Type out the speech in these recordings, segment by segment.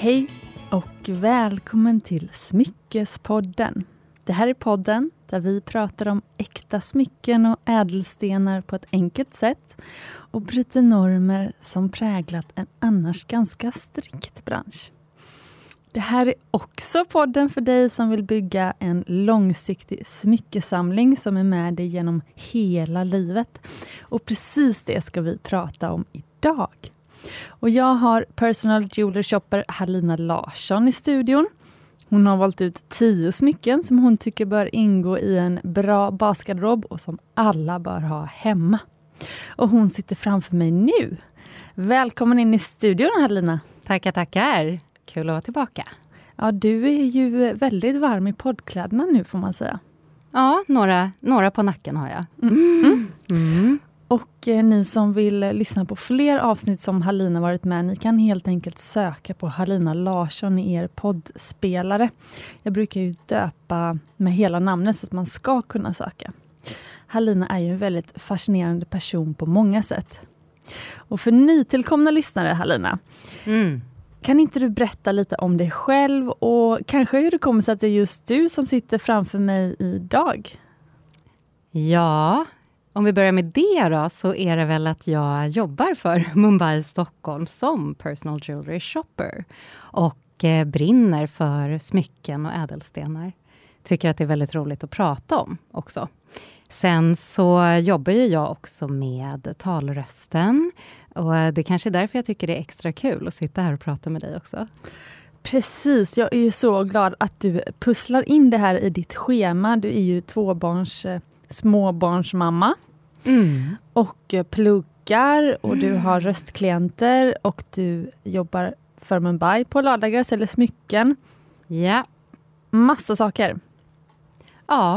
Hej och välkommen till Smyckespodden. Det här är podden där vi pratar om äkta smycken och ädelstenar på ett enkelt sätt och bryter normer som präglat en annars ganska strikt bransch. Det här är också podden för dig som vill bygga en långsiktig smyckesamling som är med dig genom hela livet. Och precis det ska vi prata om idag. Och jag har personal jeweler shopper Halina Larsson i studion. Hon har valt ut 10 smycken som hon tycker bör ingå i en bra basgarderob och som alla bör ha hemma. Och hon sitter framför mig nu. Välkommen in i studion, Halina. Tackar. Kul att vara tillbaka. Ja, du är ju väldigt varm i poddkläderna nu får man säga. Ja, några på nacken har jag. Och ni som vill lyssna på fler avsnitt som Halina varit med, ni kan helt enkelt söka på Halina Larsson i er poddspelare. Jag brukar ju döpa med hela namnet så att man ska kunna söka. Halina är ju en väldigt fascinerande person på många sätt. Och för nytillkomna lyssnare, Halina, kan inte du berätta lite om dig själv och kanske hur det kommer sig att det är just du som sitter framför mig idag? Ja, om vi börjar med det då så är det väl att jag jobbar för Mumbai Stockholm som personal jewelry shopper och brinner för smycken och ädelstenar. Tycker att det är väldigt roligt att prata om också. Sen så jobbar ju jag också med talrösten och det är kanske är därför jag tycker det är extra kul att sitta här och prata med dig också. Precis, jag är ju så glad att du pusslar in det här i ditt schema. Du är ju småbarnsmamma och pluggar och du har röstklienter och du jobbar för Mumbai på lördagar, säljer smycken. Ja. Massa saker. Ja.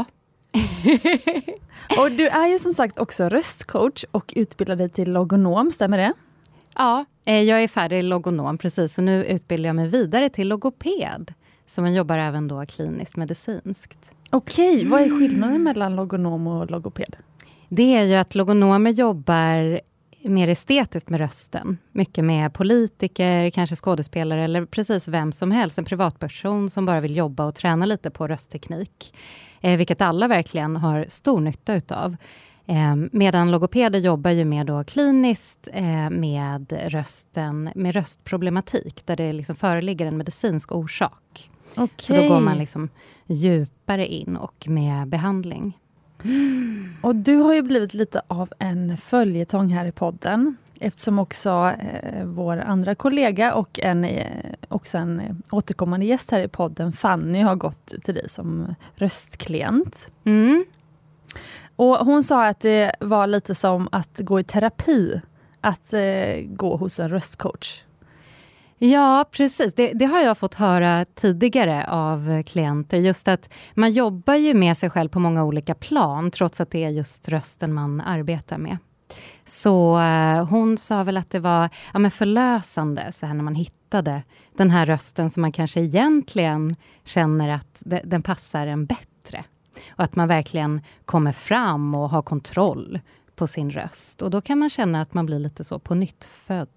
Och du är ju som sagt också röstcoach och utbildar dig till logonom, stämmer det? Ja, jag är färdig logonom precis och nu utbildar jag mig vidare till logoped som man jobbar även då kliniskt medicinskt. Okej, vad är skillnaden mellan logonom och logoped? Det är ju att logonomer jobbar mer estetiskt med rösten. Mycket med politiker, kanske skådespelare eller precis vem som helst. En privatperson som bara vill jobba och träna lite på röstteknik. Vilket alla verkligen har stor nytta utav. Medan logopeder jobbar ju mer då kliniskt med rösten, med röstproblematik. Där det liksom föreligger en medicinsk orsak. Okay. Så då går man liksom djupare in och med behandling. Och du har ju blivit lite av en följetong här i podden. Eftersom också vår andra kollega och också en återkommande gäst här i podden, Fanny, har gått till dig som röstklient. Och hon sa att det var lite som att gå i terapi, att gå hos en röstcoach. Ja, precis. Det har jag fått höra tidigare av klienter. Just att man jobbar ju med sig själv på många olika plan trots att det är just rösten man arbetar med. Så hon sa väl att det var förlösande så här när man hittade den här rösten som man kanske egentligen känner att den passar en bättre. Och att man verkligen kommer fram och har kontroll på sin röst. Och då kan man känna att man blir lite så på nytt född.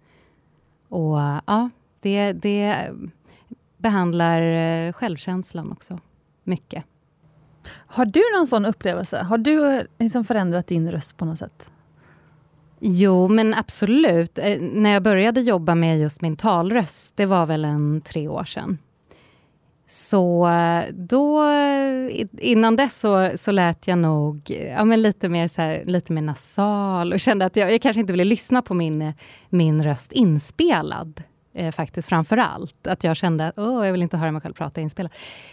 Och ja, det behandlar självkänslan också mycket. Har du någon sån upplevelse? Har du liksom förändrat din röst på något sätt? Jo, men absolut. När jag började jobba med just min talröst, det var väl 3 år sedan. Så då, innan dess så lät jag nog lite mer så här, lite mer nasal och kände att jag kanske inte ville lyssna på min röst inspelad faktiskt framför allt. Att jag kände att jag vill inte höra mig själv prata inspelad.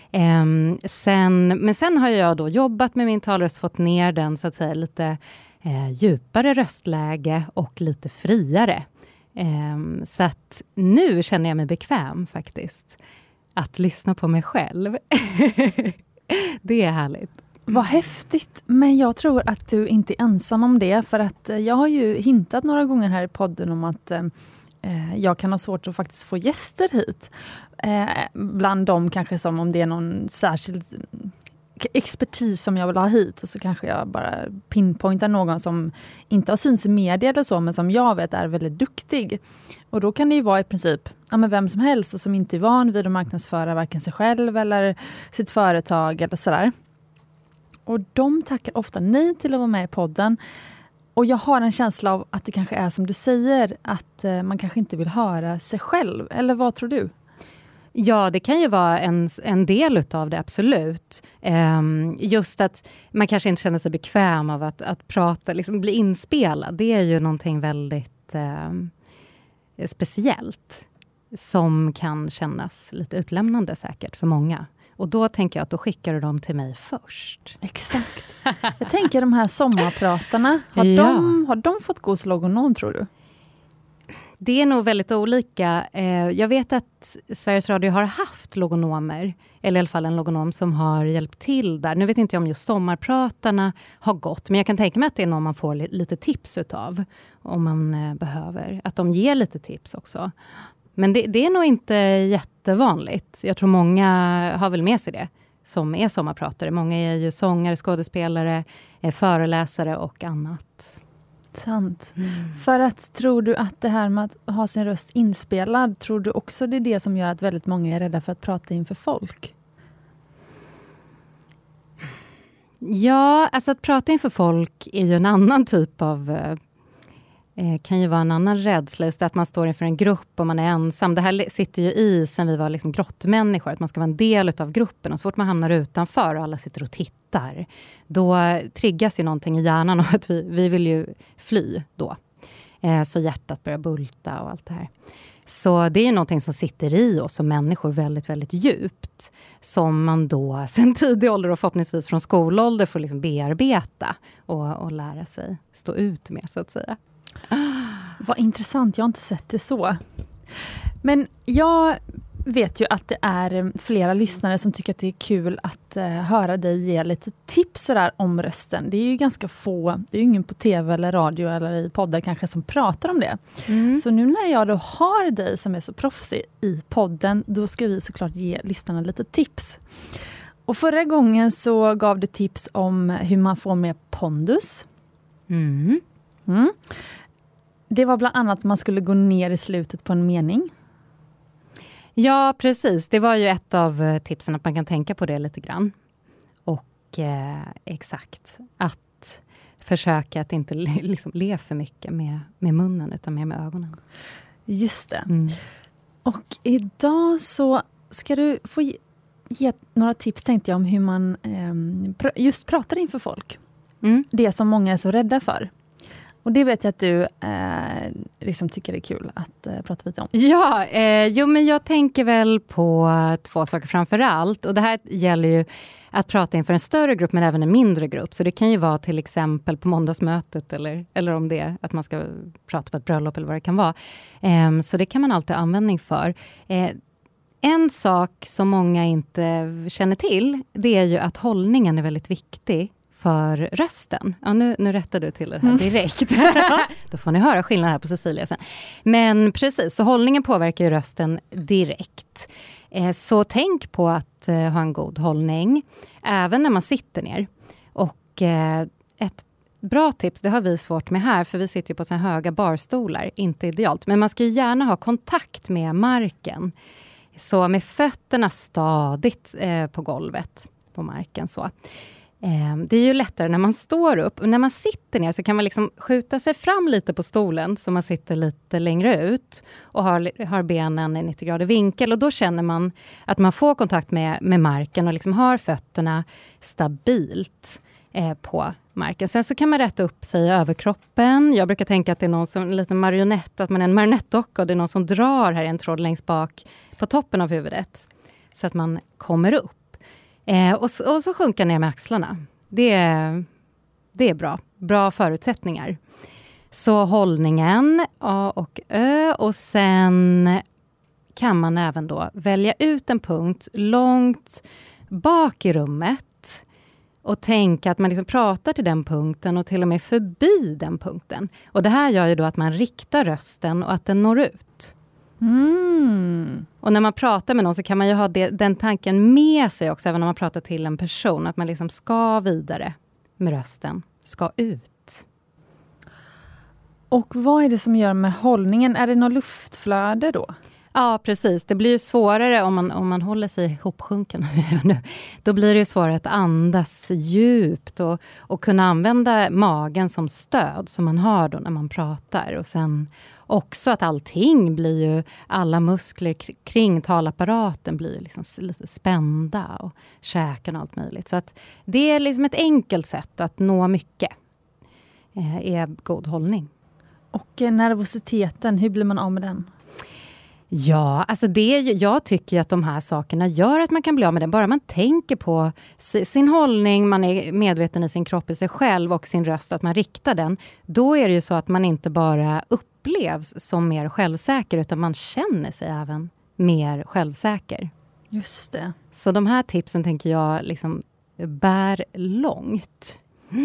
Men sen har jag då jobbat med min talröst, fått ner den så att säga lite djupare röstläge och lite friare. Så att nu känner jag mig bekväm faktiskt. Att lyssna på mig själv. Det är härligt. Vad häftigt. Men jag tror att du inte är ensam om det. För att jag har ju hintat några gånger här i podden om att jag kan ha svårt att faktiskt få gäster hit. Bland dem kanske som om det är någon särskild expertis som jag vill ha hit, och så kanske jag bara pinpointar någon som inte har syns i media eller så, men som jag vet är väldigt duktig. Och då kan det ju vara i princip men vem som helst och som inte är van vid att marknadsföra varken sig själv eller sitt företag eller sådär. Och de tackar ofta nej till att vara med i podden. Och jag har en känsla av att det kanske är som du säger, att man kanske inte vill höra sig själv. Eller vad tror du? Ja, det kan ju vara en del utav det, absolut. Just att man kanske inte känner sig bekväm av att prata, liksom bli inspelad. Det är ju någonting väldigt speciellt som kan kännas lite utlämnande säkert för många. Och då tänker jag att då skickar du dem till mig först. Exakt. Jag tänker de här sommarpratarna, har de fått gå hos logonom, tror du? Det är nog väldigt olika. Jag vet att Sveriges Radio har haft logonomer, eller i alla fall en logonom som har hjälpt till där. Nu vet inte jag om just sommarpratarna har gått, men jag kan tänka mig att det är någon man får lite tips utav om man behöver. Att de ger lite tips också. Men det är nog inte jättevanligt. Jag tror många har väl med sig det som är sommarpratare. Många är ju sångare, skådespelare, föreläsare och annat. Sant. För att, tror du att det här med att ha sin röst inspelad, tror du också det är det som gör att väldigt många är rädda för att prata inför folk? Ja, alltså att prata inför folk är ju en annan typ av kan ju vara en annan rädsla, just att man står inför en grupp och man är ensam. Det här sitter ju i sen vi var liksom grottmänniskor, att man ska vara en del av gruppen, och så fort man hamnar utanför och alla sitter och tittar, då triggas ju någonting i hjärnan och att vi vill ju fly då. Så hjärtat börjar bulta och allt det här. Så det är ju någonting som sitter i oss som människor väldigt, väldigt djupt, som man då sen tidig ålder och förhoppningsvis från skolålder får liksom bearbeta och lära sig stå ut med, så att säga. Vad intressant, jag har inte sett det så. Men jag vet ju att det är flera lyssnare som tycker att det är kul att höra dig ge lite tips sådär om rösten. Det är ju ganska få, det är ju ingen på tv eller radio eller i poddar kanske som pratar om det. Så nu när jag då har dig som är så proffsig i podden, då ska vi såklart ge lyssnarna lite tips. Och förra gången så gav du tips om hur man får mer pondus. Det var bland annat att man skulle gå ner i slutet på en mening. Ja, precis. Det var ju ett av tipsen, att man kan tänka på det lite grann. Och exakt, att försöka att inte liksom le för mycket med munnen, utan mer med ögonen. Just det. Och idag så ska du få ge några tips, tänkte jag, om hur man just pratar inför folk. Det som många är så rädda för. Och det vet jag att du liksom tycker det är kul att prata lite om. Ja, men jag tänker väl på 2 saker framför allt. Och det här gäller ju att prata inför en större grupp, men även en mindre grupp. Så det kan ju vara till exempel på måndagsmötet eller om det är att man ska prata på ett bröllop eller vad det kan vara. Så det kan man alltid ha användning för. En sak som många inte känner till, det är ju att hållningen är väldigt viktig för rösten. Ja, nu rättar du till det här direkt. Då får ni höra skillnaden här på Cecilia sen. Men precis, så hållningen påverkar ju rösten direkt. Så tänk på att ha en god hållning, även när man sitter ner. Och ett bra tips, det har vi svårt med här, för vi sitter ju på så höga barstolar, inte idealt. Men man ska ju gärna ha kontakt med marken. Så med fötterna stadigt på golvet, på marken så. Det är ju lättare när man står upp. Och när man sitter ner så kan man liksom skjuta sig fram lite på stolen, så man sitter lite längre ut och har benen i 90 grader vinkel. Och då känner man att man får kontakt med marken och liksom har fötterna stabilt på marken. Sen så kan man rätta upp sig i överkroppen. Jag brukar tänka att det är någon som en liten marionett, att man är en marionettdocka och det är någon som drar här i en tråd längst bak på toppen av huvudet. Så att man kommer upp. Och så sjunka ner med axlarna. Det är bra. Bra förutsättningar. Så hållningen, A och Ö. Och sen kan man även då välja ut en punkt långt bak i rummet. Och tänka att man liksom pratar till den punkten och till och med förbi den punkten. Och det här gör ju då att man riktar rösten och att den når ut. Och när man pratar med någon så kan man ju ha den tanken med sig också, även när man pratar till en person, att man liksom ska vidare med rösten, ska ut. Och vad är det som gör med hållningen? Är det något luftflöde då? Ja, precis. Det blir ju svårare om man håller sig ihopsjunken. Då blir det ju svårare att andas djupt och kunna använda magen som stöd som man har då när man pratar. Och sen också att allting blir ju, alla muskler kring talapparaten blir liksom lite spända och käken och allt möjligt. Så att det är liksom ett enkelt sätt att nå mycket, är god hållning. Och nervositeten, hur blir man av med den? Ja, alltså jag tycker att de här sakerna gör att man kan bli av med det. Bara man tänker på sin hållning, man är medveten i sin kropp, i sig själv och sin röst, att man riktar den. Då är det ju så att man inte bara upplevs som mer självsäker, utan man känner sig även mer självsäker. Just det. Så de här tipsen tänker jag liksom bär långt.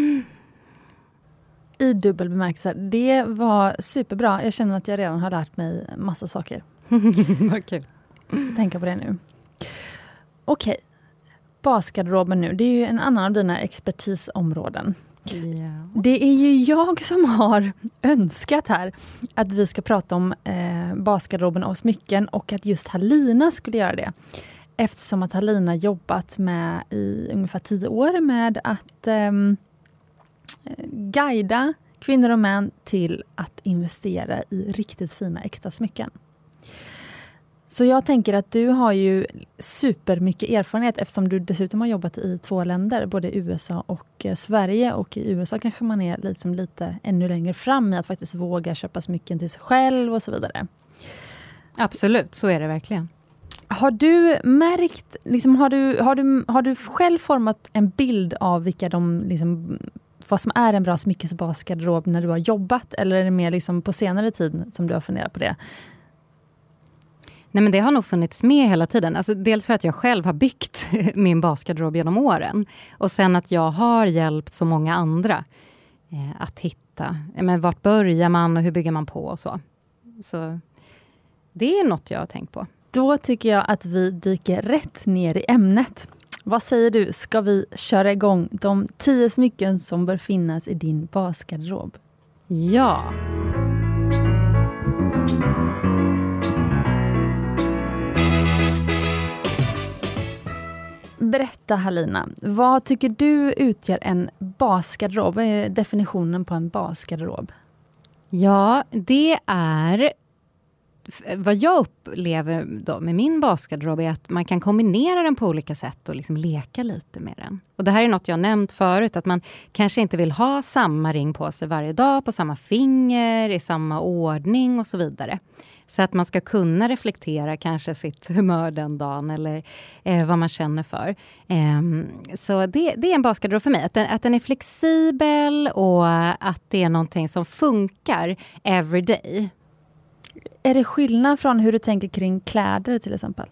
I dubbel bemärkelse. Det var superbra. Jag känner att jag redan har lärt mig massa saker. Vad kul. Jag ska tänka på det nu. Okej. Basgarderoben nu. Det är ju en annan av dina expertisområden. Yeah. Det är ju jag som har önskat här att vi ska prata om basgarderoben och smycken, och att just Halina skulle göra det. Eftersom att Halina jobbat med i ungefär 10 år med att guida kvinnor och män till att investera i riktigt fina äkta smycken. Så jag tänker att du har ju supermycket erfarenhet, eftersom du dessutom har jobbat i 2 länder, både USA och Sverige. Och i USA kanske man är lite ännu längre fram i att faktiskt våga köpa smycken till sig själv och så vidare. Absolut, så är det verkligen. Har du märkt, liksom, har du själv format en bild av vilka vad som är en bra smyckesbasgarderob när du har jobbat? Eller är det mer liksom på senare tid som du har funderat på det? Nej, men det har nog funnits med hela tiden. Alltså, dels för att jag själv har byggt min basgarderob genom åren. Och sen att jag har hjälpt så många andra att hitta. Men vart börjar man och hur bygger man på och så. Så det är något jag har tänkt på. Då tycker jag att vi dyker rätt ner i ämnet. Vad säger du? Ska vi köra igång de 10 smycken som bör finnas i din basgarderob? Ja! Berätta Halina, vad tycker du utgör en basgarderob? Vad är definitionen på en basgarderob? Ja, det är... Vad jag upplever då med min basgarderob är att man kan kombinera den på olika sätt och liksom leka lite med den. Och det här är något jag nämnt förut, att man kanske inte vill ha samma ring på sig varje dag, på samma finger, i samma ordning och så vidare. Så att man ska kunna reflektera kanske sitt humör den dagen eller vad man känner för. Så det är en basgarderob för mig. Att den är flexibel och att det är någonting som funkar every day. Är det skillnad från hur du tänker kring kläder till exempel?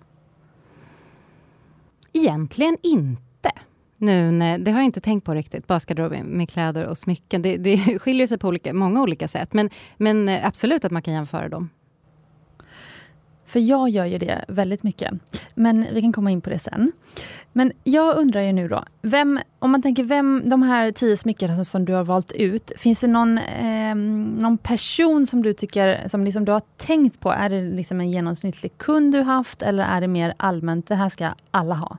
Egentligen inte. Det har jag inte tänkt på riktigt. Basgarderob med kläder och smycken. Det skiljer sig på många olika sätt. Men absolut att man kan jämföra dem. För jag gör ju det väldigt mycket. Men vi kan komma in på det sen. Men jag undrar ju nu då. Om man tänker de här 10 smycken som du har valt ut. Finns det någon person som du tycker, som liksom du har tänkt på? Är det liksom en genomsnittlig kund du haft? Eller är det mer allmänt, det här ska alla ha?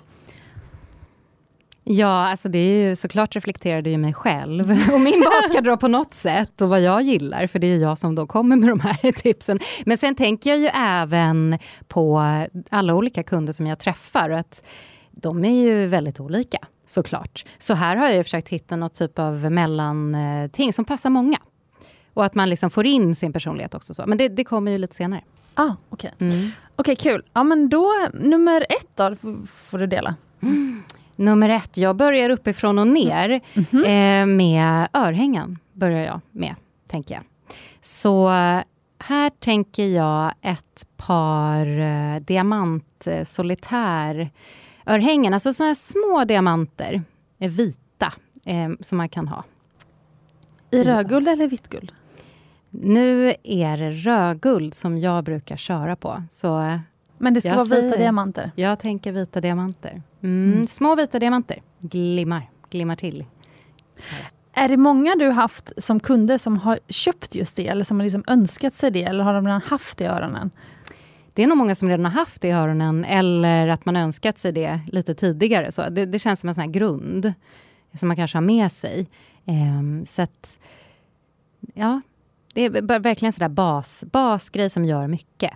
Ja, alltså det är ju såklart reflekterade ju mig själv och min basgarderob på något sätt och vad jag gillar, för det är jag som då kommer med de här tipsen. Men sen tänker jag ju även på alla olika kunder som jag träffar och att de är ju väldigt olika, såklart. Så här har jag ju försökt hitta något typ av mellanting som passar många. Och att man liksom får in sin personlighet också så. Men det kommer ju lite senare. Okej. Okej, kul. Ja, men då nummer 1 då får du dela. Nummer 1, jag börjar uppifrån och ner med örhängen börjar jag med, tänker jag. Så här tänker jag ett par diamantsolitärörhängen, alltså sådana här små diamanter, vita, som man kan ha. I rödguld eller vittguld? Nu är det rödguld som jag brukar köra på. Så Men det ska vara vita diamanter? Jag tänker vita diamanter. Små vita diamanter. Glimmar till. Är det många du haft som kunder som har köpt just det? Eller som har liksom önskat sig det? Eller har de redan haft det i öronen? Det är nog många som redan har haft det i öronen. Eller att man önskat sig det lite tidigare. Så det känns som en sån här grund. Som man kanske har med sig. Så att, ja, det är verkligen sådär basgrej som gör mycket.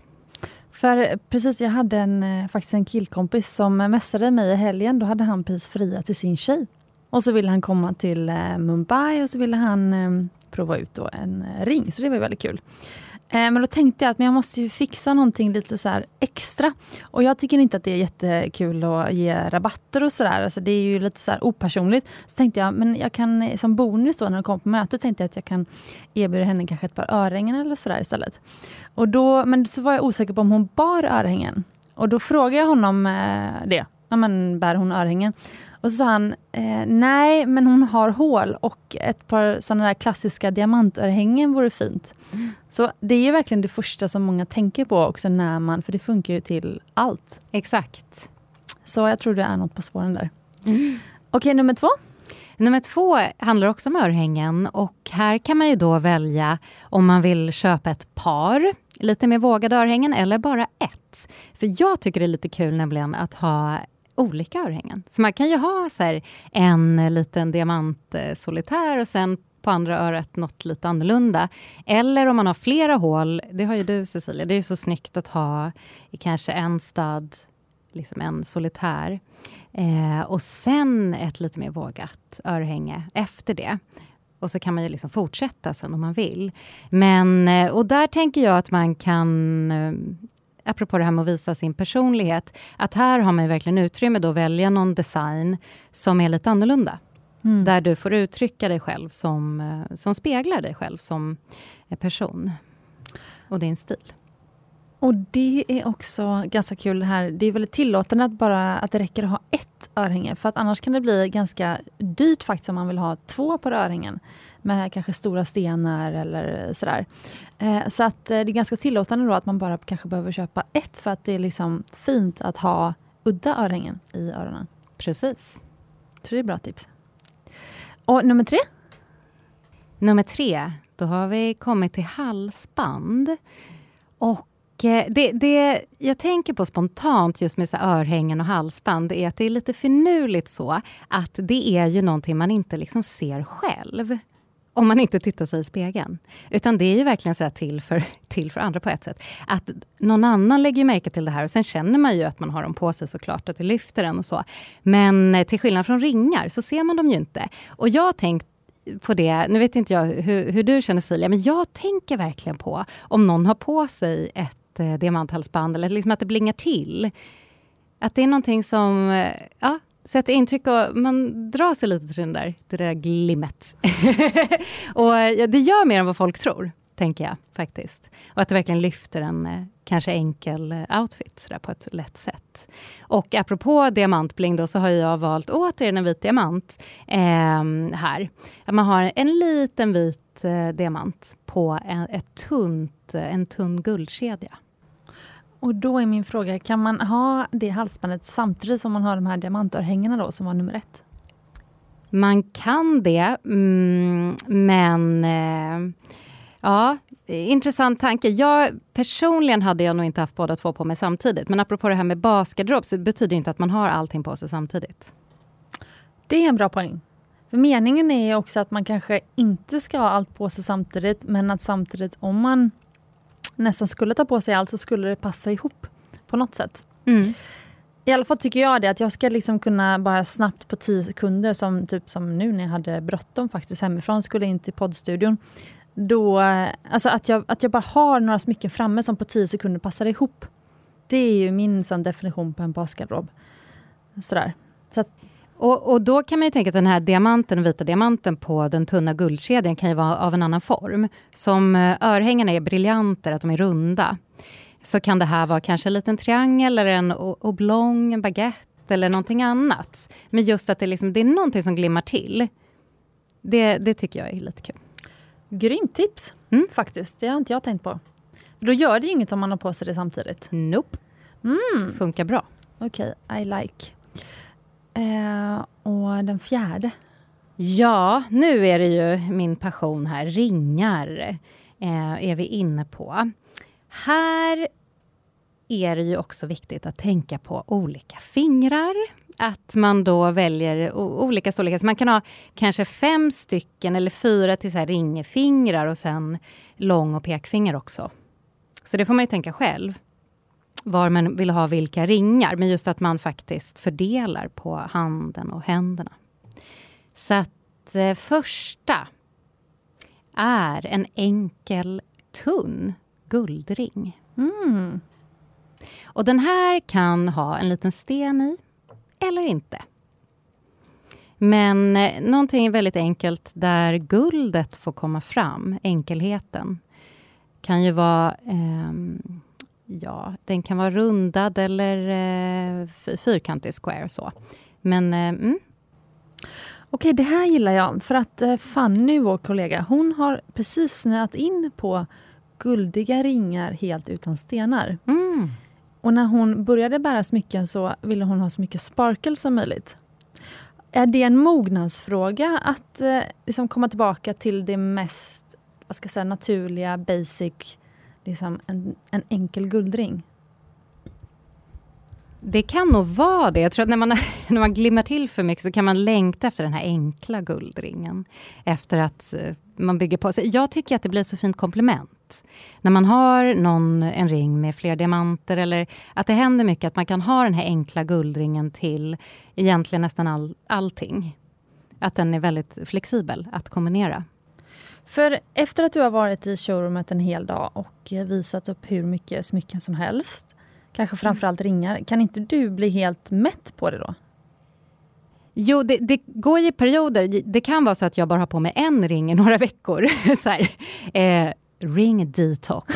För precis, jag hade faktiskt en killkompis som mässade mig i helgen. Då hade han precis fria till sin tjej. Och så ville han komma till Mumbai och så ville han prova ut då en ring. Så det var väldigt kul. Men då tänkte jag att jag måste ju fixa någonting lite så här extra. Och jag tycker inte att det är jättekul att ge rabatter och sådär. Alltså det är ju lite så här opersonligt. Så tänkte jag, men jag kan som bonus då när jag kom på mötet tänkte jag att jag kan erbjuda henne kanske ett par örhängen eller sådär istället. Och då, men så var jag osäker på om hon bar örhängen. Och då frågade jag honom det. Ja, men bär hon örhängen? Och så sa han, nej men hon har hål och ett par sådana där klassiska diamantörhängen vore fint. Så det är ju verkligen det första som många tänker på också när man, för det funkar ju till allt. Exakt. Så jag tror det är något på spåren där. Okej, nummer 2. Nummer 2 handlar också om örhängen och här kan man ju då välja om man vill köpa ett par, lite mer vågade örhängen eller bara ett. För jag tycker det är lite kul nämligen att ha olika örhängen. Så man kan ju ha så här, en liten diamantsolitär och sen på andra örat något lite annorlunda. Eller om man har flera hål, det har ju du Cecilia, det är ju så snyggt att ha kanske en stud, liksom en solitär. Och sen ett lite mer vågat örhänge efter det. Och så kan man ju liksom fortsätta sen om man vill. Men, och där tänker jag att man kan, apropå det här med att visa sin personlighet, att här har man ju verkligen utrymme då att välja någon design som är lite annorlunda. Där du får uttrycka dig själv som speglar dig själv som person. Och din stil. Och det är också ganska kul det här. Det är väldigt tillåtande att det räcker att ha ett örhänge. För att annars kan det bli ganska dyrt faktiskt om man vill ha 2 par örhängen. Med kanske stora stenar eller sådär. Så att det är ganska tillåtande då att man bara kanske behöver köpa ett. För att det är liksom fint att ha udda örhängen i öronen. Precis. Så det är bra tips. Och nummer 3? Nummer 3, då har vi kommit till halsband. Och det jag tänker på spontant just med så örhängen och halsband är att det är lite finurligt så att det är ju någonting man inte liksom ser själv om man inte tittar sig i spegeln. Utan det är ju verkligen så här till för andra på ett sätt. Att någon annan lägger ju märke till det här och sen känner man ju att man har dem på sig såklart, att det lyfter den och så. Men till skillnad från ringar så ser man dem ju inte. Och jag tänkte på det, nu vet inte jag hur du känner Silja, men jag tänker verkligen på om någon har på sig ett diamanthalsband eller liksom att det blingar till. Att det är någonting som sätter intryck och man drar sig lite till det där glimmet. Och det gör mer än vad folk tror, tänker jag faktiskt. Och att det verkligen lyfter en kanske enkel outfit så där, på ett lätt sätt. Och apropå diamantbling då så har jag valt återigen en vit diamant här. Att man har en liten vit diamant på en tunn guldkedja. Och då är min fråga, kan man ha det halsbandet samtidigt som man har de här diamantörhängena då som var nummer 1? Man kan det, men intressant tanke. Personligen hade jag nog inte haft båda två på mig samtidigt. Men apropå det här med basgarderob så betyder inte att man har allting på sig samtidigt. Det är en bra poäng. För meningen är ju också att man kanske inte ska ha allt på sig samtidigt. Men att samtidigt om man nästan skulle ta på sig allt så skulle det passa ihop på något sätt. I alla fall tycker jag det, att jag ska liksom kunna bara snabbt på 10 sekunder som nu när jag hade bråttom faktiskt hemifrån, skulle in till poddstudion. Då, alltså att jag bara har några smycken framme som på 10 sekunder passar ihop. Det är ju min definition på en basgarderob. Sådär. Så att, och då kan man ju tänka att den här vita diamanten på den tunna guldkedjan kan ju vara av en annan form. Som örhängena är briljanter, att de är runda. Så kan det här vara kanske en liten triangel eller en oblong, en baguette eller någonting annat. Men just att det är någonting som glimmar till. Det tycker jag är lite kul. Grymt tips, faktiskt. Det har inte jag tänkt på. Då gör det ju inget om man har på sig det samtidigt. Nope. Funkar bra. Okej, I like. Och den 4. Ja, nu är det ju min passion här. Ringar är vi inne på. Här är det ju också viktigt att tänka på olika fingrar. Att man då väljer olika storlekar. Så man kan ha kanske 5 stycken eller 4 till så här ringfingrar och sen lång- och pekfinger också. Så det får man ju tänka själv. Var man vill ha vilka ringar. Men just att man faktiskt fördelar på handen och händerna. Så att första är en enkel tunn guldring. Och den här kan ha en liten sten i eller inte. Men någonting väldigt enkelt där guldet får komma fram, enkelheten, kan ju vara, den kan vara rundad eller fyrkantig square så. Men Okej, det här gillar jag. För att Fanny, vår kollega, hon har precis snöat in på guldiga ringar helt utan stenar. Och när hon började bära smycken så ville hon ha så mycket sparkle som möjligt. Är det en mognadsfråga att liksom komma tillbaka till det mest, vad ska jag säga, naturliga, basic, liksom en enkel guldring? Det kan nog vara det. Jag tror att när man glimmar till för mycket så kan man längta efter den här enkla guldringen. Efter att man bygger på. Så jag tycker att det blir ett så fint komplement. När man har en ring med fler diamanter eller att det händer mycket att man kan ha den här enkla guldringen till egentligen nästan allting. Att den är väldigt flexibel att kombinera. För efter att du har varit i showroomet en hel dag och visat upp hur mycket smycken som helst, kanske framförallt ringar, kan inte du bli helt mätt på det då? Jo, det går i perioder. Det kan vara så att jag bara har på mig en ring i några veckor. Så här, ring detox.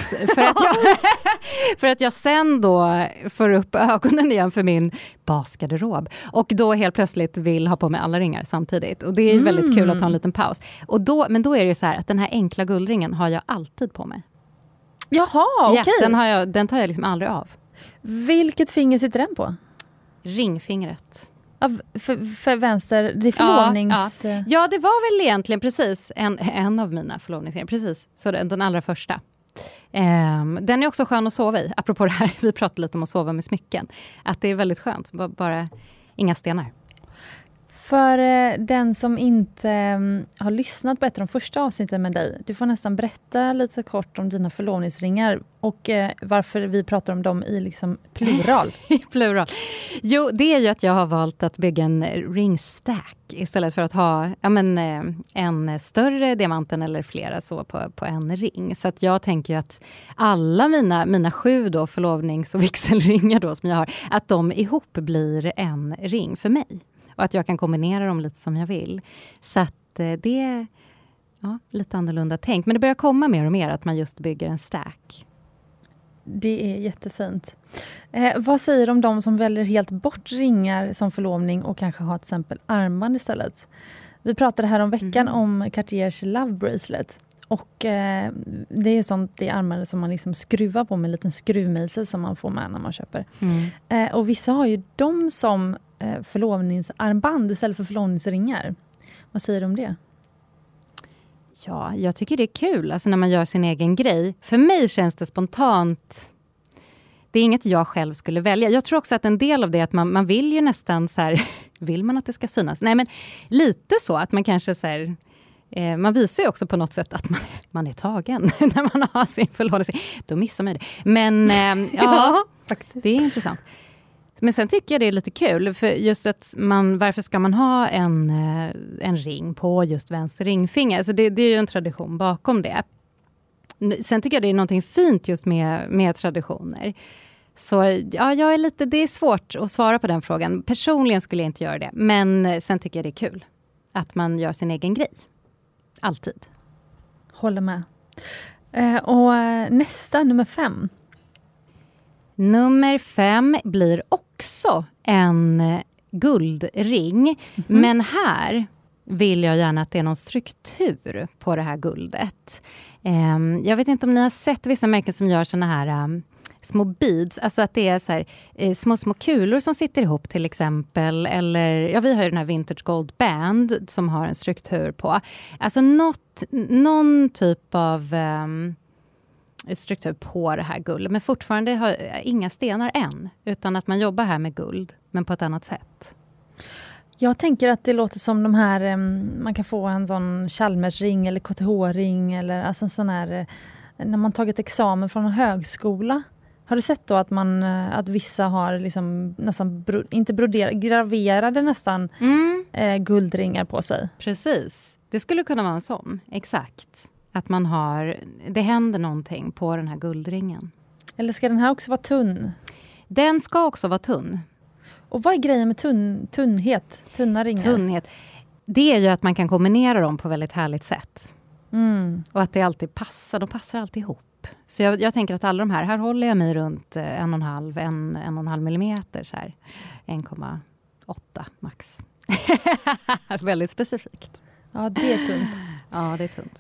För att jag sen då får upp ögonen igen för min basgarderob. Och då helt plötsligt vill ha på mig alla ringar samtidigt. Och det är väldigt kul att ta en liten paus. Men då är det ju så här att den här enkla guldringen har jag alltid på mig. Jaha, okej. Ja, den tar jag liksom aldrig av. Vilket finger sitter den på? Ringfingret. För vänster, det är förlovnings... Ja, det var väl egentligen precis en av mina förlovningsringar. Precis, så den allra första. Den är också skön att sova i. Apropå det här, vi pratade lite om att sova med smycken. Att det är väldigt skönt, bara inga stenar. För den som inte har lyssnat på ett av de första avsnitten med dig, du får nästan berätta lite kort om dina förlovningsringar och varför vi pratar om dem i liksom plural. Plural. Jo, det är ju att jag har valt att bygga en ringstack istället för att ha en större diamanten eller flera så på en ring. Så att jag tänker ju att alla mina 7 då förlovnings- och vigselringar då som jag har, att de ihop blir en ring för mig. Och att jag kan kombinera dem lite som jag vill. Så att det är lite annorlunda tänk. Men det börjar komma mer och mer att man just bygger en stack. Det är jättefint. Vad säger du om de som väljer helt bort ringar som förlovning och kanske har till exempel armband istället? Vi pratade här om veckan om Cartiers Love Bracelet. Och det är sånt, det armbandet som man liksom skruvar på med en liten skruvmejsel som man får med när man köper. Och vissa har ju dem som förlovningsarmband istället för förlovningsringar. Vad säger du om det? Ja, jag tycker det är kul. Alltså när man gör sin egen grej. För mig känns det spontant. Det är inget jag själv skulle välja. Jag tror också att en del av det är att man vill ju nästan så här. Vill man att det ska synas? Nej, men lite så att man kanske så här. Man visar ju också på något sätt att man är tagen när man har sin förlovning. Då missar man det. Men ja, faktiskt. Det är intressant. Men sen tycker jag det är lite kul. För just att varför ska man ha en ring på just vänster ringfinger? Så det är ju en tradition bakom det. Sen tycker jag det är någonting fint just med traditioner. Så ja, jag är lite, det är svårt att svara på den frågan. Personligen skulle jag inte göra det. Men sen tycker jag det är kul att man gör sin egen grej. Alltid. Håller med. Och nästa, nummer 5. Nummer 5 blir också en guldring. Men här vill jag gärna att det är någon struktur på det här guldet. Jag vet inte om ni har sett vissa märken som gör såna här små beads, alltså att det är så här, små kulor som sitter ihop till exempel, eller vi har ju den här Vintage Gold Band som har en struktur på. Alltså någon typ av struktur på det här guldet, men fortfarande har inga stenar än, utan att man jobbar här med guld, men på ett annat sätt. Jag tänker att det låter som de här, man kan få en sån Chalmersring eller KTH-ring, eller alltså en sån här, när man tagit examen från en högskola. Har du sett då att vissa har liksom nästan, graverade nästan guldringar på sig? Precis. Det skulle kunna vara en sån, exakt. Att man det händer någonting på den här guldringen. Eller ska den här också vara tunn? Den ska också vara tunn. Och vad är grejen med tunnhet? Tunna ringar? Tunnhet. Det är ju att man kan kombinera dem på väldigt härligt sätt. Och att det alltid passar. De passar alltid ihop. Så jag tänker att alla de här håller jag mig runt 1,5 millimeter så här. 1,8 max. Väldigt specifikt. Ja, det är tunt. Ja, det är tunt.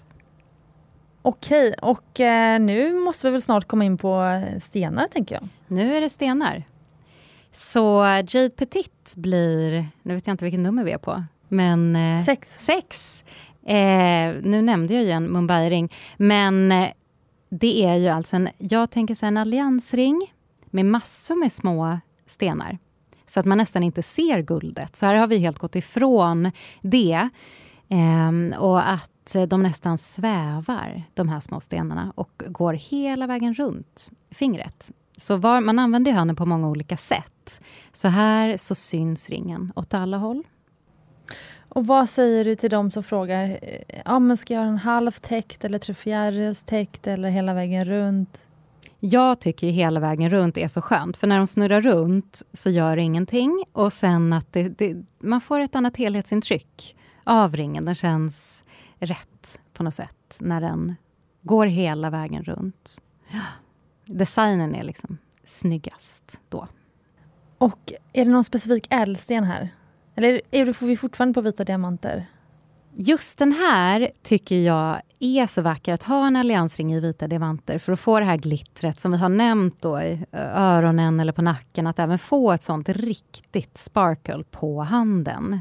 Okej, och nu måste vi väl snart komma in på stenar, tänker jag. Nu är det stenar. Så Jade Petit blir, nu vet jag inte vilket nummer vi är på, men 6. Nu nämnde jag ju en Mumbai-ring, men det är ju alltså jag tänker säga en alliansring med massor med små stenar. Så att man nästan inte ser guldet. Så här har vi helt gått ifrån det. Och att de nästan svävar, de här små stenarna, och går hela vägen runt fingret. Så man använder ju handen på många olika sätt. Så här så syns ringen åt alla håll. Och vad säger du till dem som frågar, men ska jag ha en halvtäckt eller 3/4 täckt eller hela vägen runt? Jag tycker hela vägen runt är så skönt. För när de snurrar runt så gör det ingenting. Och sen att man får ett annat helhetsintryck av ringen. Den känns rätt på något sätt när den går hela vägen runt. Designen är liksom snyggast då. Och är det någon specifik ädelsten här? Eller får vi fortfarande på vita diamanter? Just den här tycker jag är så vacker, att ha en alliansring i vita diamanter för att få det här glittret som vi har nämnt då i öronen eller på nacken, att även få ett sånt riktigt sparkle på handen.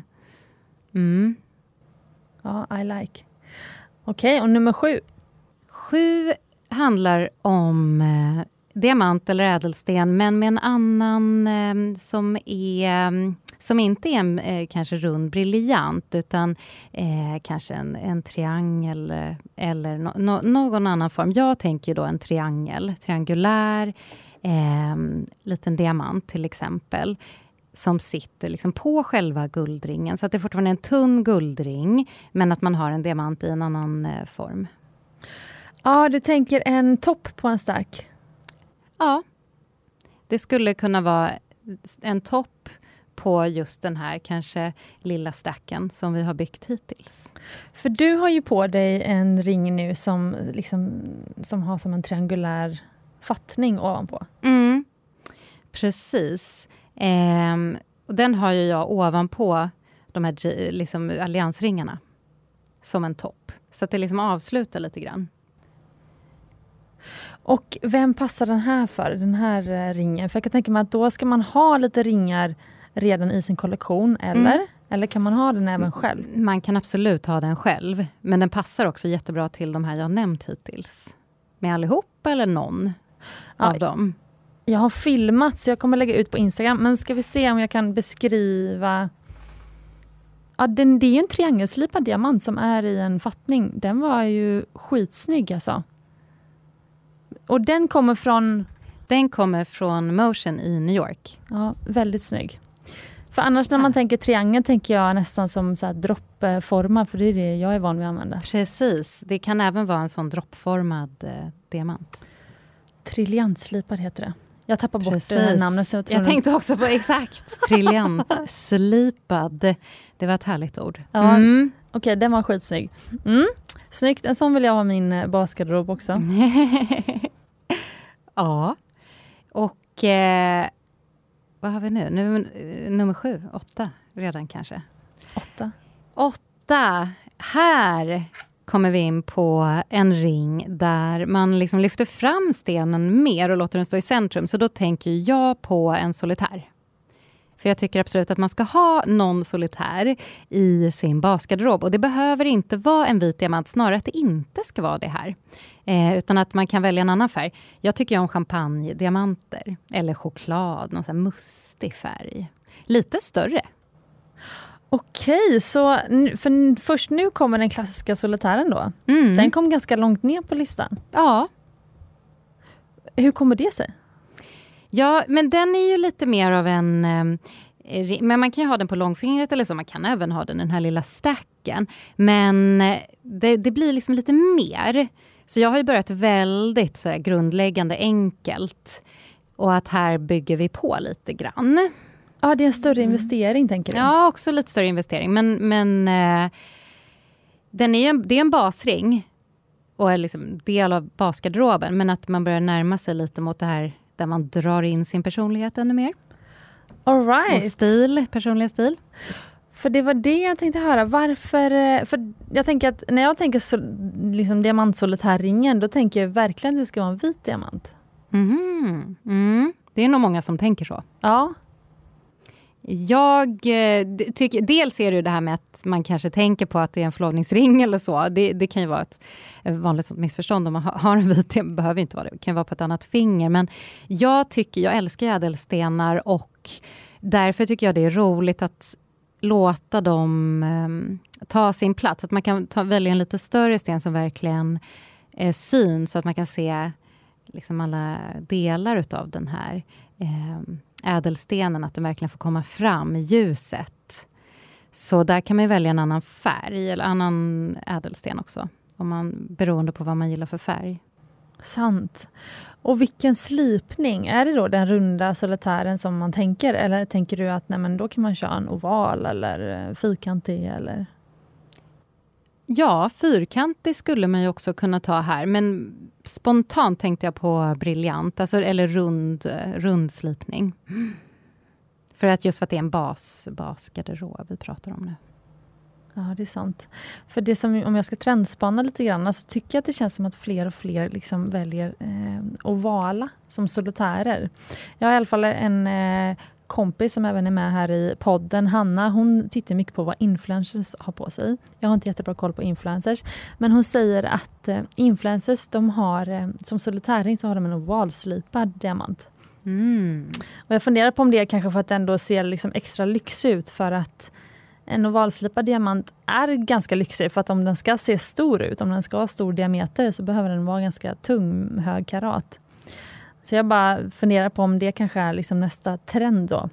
Ja, I like. Okej, och nummer 7? 7 handlar om diamant eller ädelsten, men med en annan som inte är en kanske rund briljant, utan kanske en triangel eller någon annan form. Jag tänker då en triangulär liten diamant till exempel, som sitter liksom på själva guldringen. Så att det fortfarande är en tunn guldring, men att man har en diamant i en annan form. Ja, du tänker en topp på en stack? Ja, det skulle kunna vara en topp på just den här kanske lilla stacken som vi har byggt hittills. För du har ju på dig en ring nu som har som en triangulär fattning ovanpå. Precis. Och den har ju jag ovanpå de här liksom alliansringarna som en topp. Så att det liksom avslutar lite grann. Och vem passar den här ringen? För jag kan tänka mig att då ska man ha lite ringar redan i sin kollektion, eller? Eller kan man ha den även själv? Man kan absolut ha den själv. Men den passar också jättebra till de här jag nämnt hittills. Med allihop eller någon av dem. Jag har filmat så jag kommer lägga ut på Instagram. Men ska vi se om jag kan beskriva... Ja, det är ju en triangelslipad diamant som är i en fattning. Den var ju skitsnygg alltså. Och den kommer från... Den kommer från Motion i New York. Ja, väldigt snygg. För annars när man tänker triangel tänker jag nästan som så här droppformad. För det är det jag är van vid att använda. Precis. Det kan även vara en sån droppformad diamant. Triljantslipad heter det. Jag tappar bort namnet. Så jag tänkte också på exakt. Triljantslipad. Det var ett härligt ord. Ja, okej, den var skitsnygg. Snyggt. En sån vill jag ha min basgarderob också. Ja. Och vad har vi nu? Nummer 7, 8 redan kanske. 8 nästa, här kommer vi in på en ring där man liksom lyfter fram stenen mer och låter den stå i centrum. Så då tänker jag på en solitär. För jag tycker absolut att man ska ha någon solitär i sin basgarderob. Och det behöver inte vara en vit diamant, snarare att det inte ska vara det här. Utan att man kan välja en annan färg. Jag tycker om champagne-diamanter. Eller choklad, någon sån här mustig färg. Lite större. Okej, så för först nu kommer den klassiska solitären då. Den kom ganska långt ner på listan. Ja. Hur kommer det sig? Ja, men den är ju lite mer av en... Men man kan ju ha den på långfingret eller så. Man kan även ha den här lilla stacken. Men det blir liksom lite mer. Så jag har ju börjat väldigt så här, grundläggande enkelt. Och att här bygger vi på lite grann. Ja, det är en större investering, tänker du? Ja, också lite större investering. Men den är ju det är en basring. Och är liksom del av basgarderoben. Men att man börjar närma sig lite mot det här där man drar in sin personlighet ännu mer. All right. Och stil, personliga stil. För det var det jag tänkte höra. Varför? För jag tänker att när jag tänker liksom diamantsolitärringen, då tänker jag verkligen att det ska vara en vit diamant. Det är nog många som tänker så. Ja. Jag tycker, dels är det ju det här med att man kanske tänker på att det är en förlovningsring eller så. Det kan ju vara ett vanligt missförstånd om man har en vit, det behöver inte vara det. Det kan vara på ett annat finger. Men jag älskar ädelstenar och därför tycker jag det är roligt att låta dem ta sin plats. Att man kan välja en lite större sten som verkligen syns så att man kan se liksom alla delar utav den här ädelstenen, att den verkligen får komma fram i ljuset. Så där kan man välja en annan färg eller annan ädelsten också. Beroende på vad man gillar för färg. Sant. Och vilken slipning? Är det då den runda solitären som man tänker? Eller tänker du att då kan man köra en oval eller fyrkantig? Eller? Ja, fyrkantig skulle man ju också kunna ta här. Men spontant tänkte jag på briljant. Alltså, eller rund slipning. För att det är en basgarderob vi pratar om nu. Ja, det är sant. För det som, om jag ska trendspana lite grann, så tycker jag att det känns som att fler och fler liksom väljer ovala som solitärer. Jag har i alla fall en kompis som även är med här i podden, Hanna. Hon tittar mycket på vad influencers har på sig. Jag har inte jättebra koll på influencers. Men hon säger att influencers, de har som solitärring så har de en ovalslipad diamant. Och jag funderar på om det är kanske för att den då ser liksom extra lyxig ut, för att en ovalslipad diamant är ganska lyxig, för att om den ska se stor ut, om den ska ha stor diameter, så behöver den vara ganska tung, hög karat. Så jag bara funderar på om det kanske är liksom nästa trend då.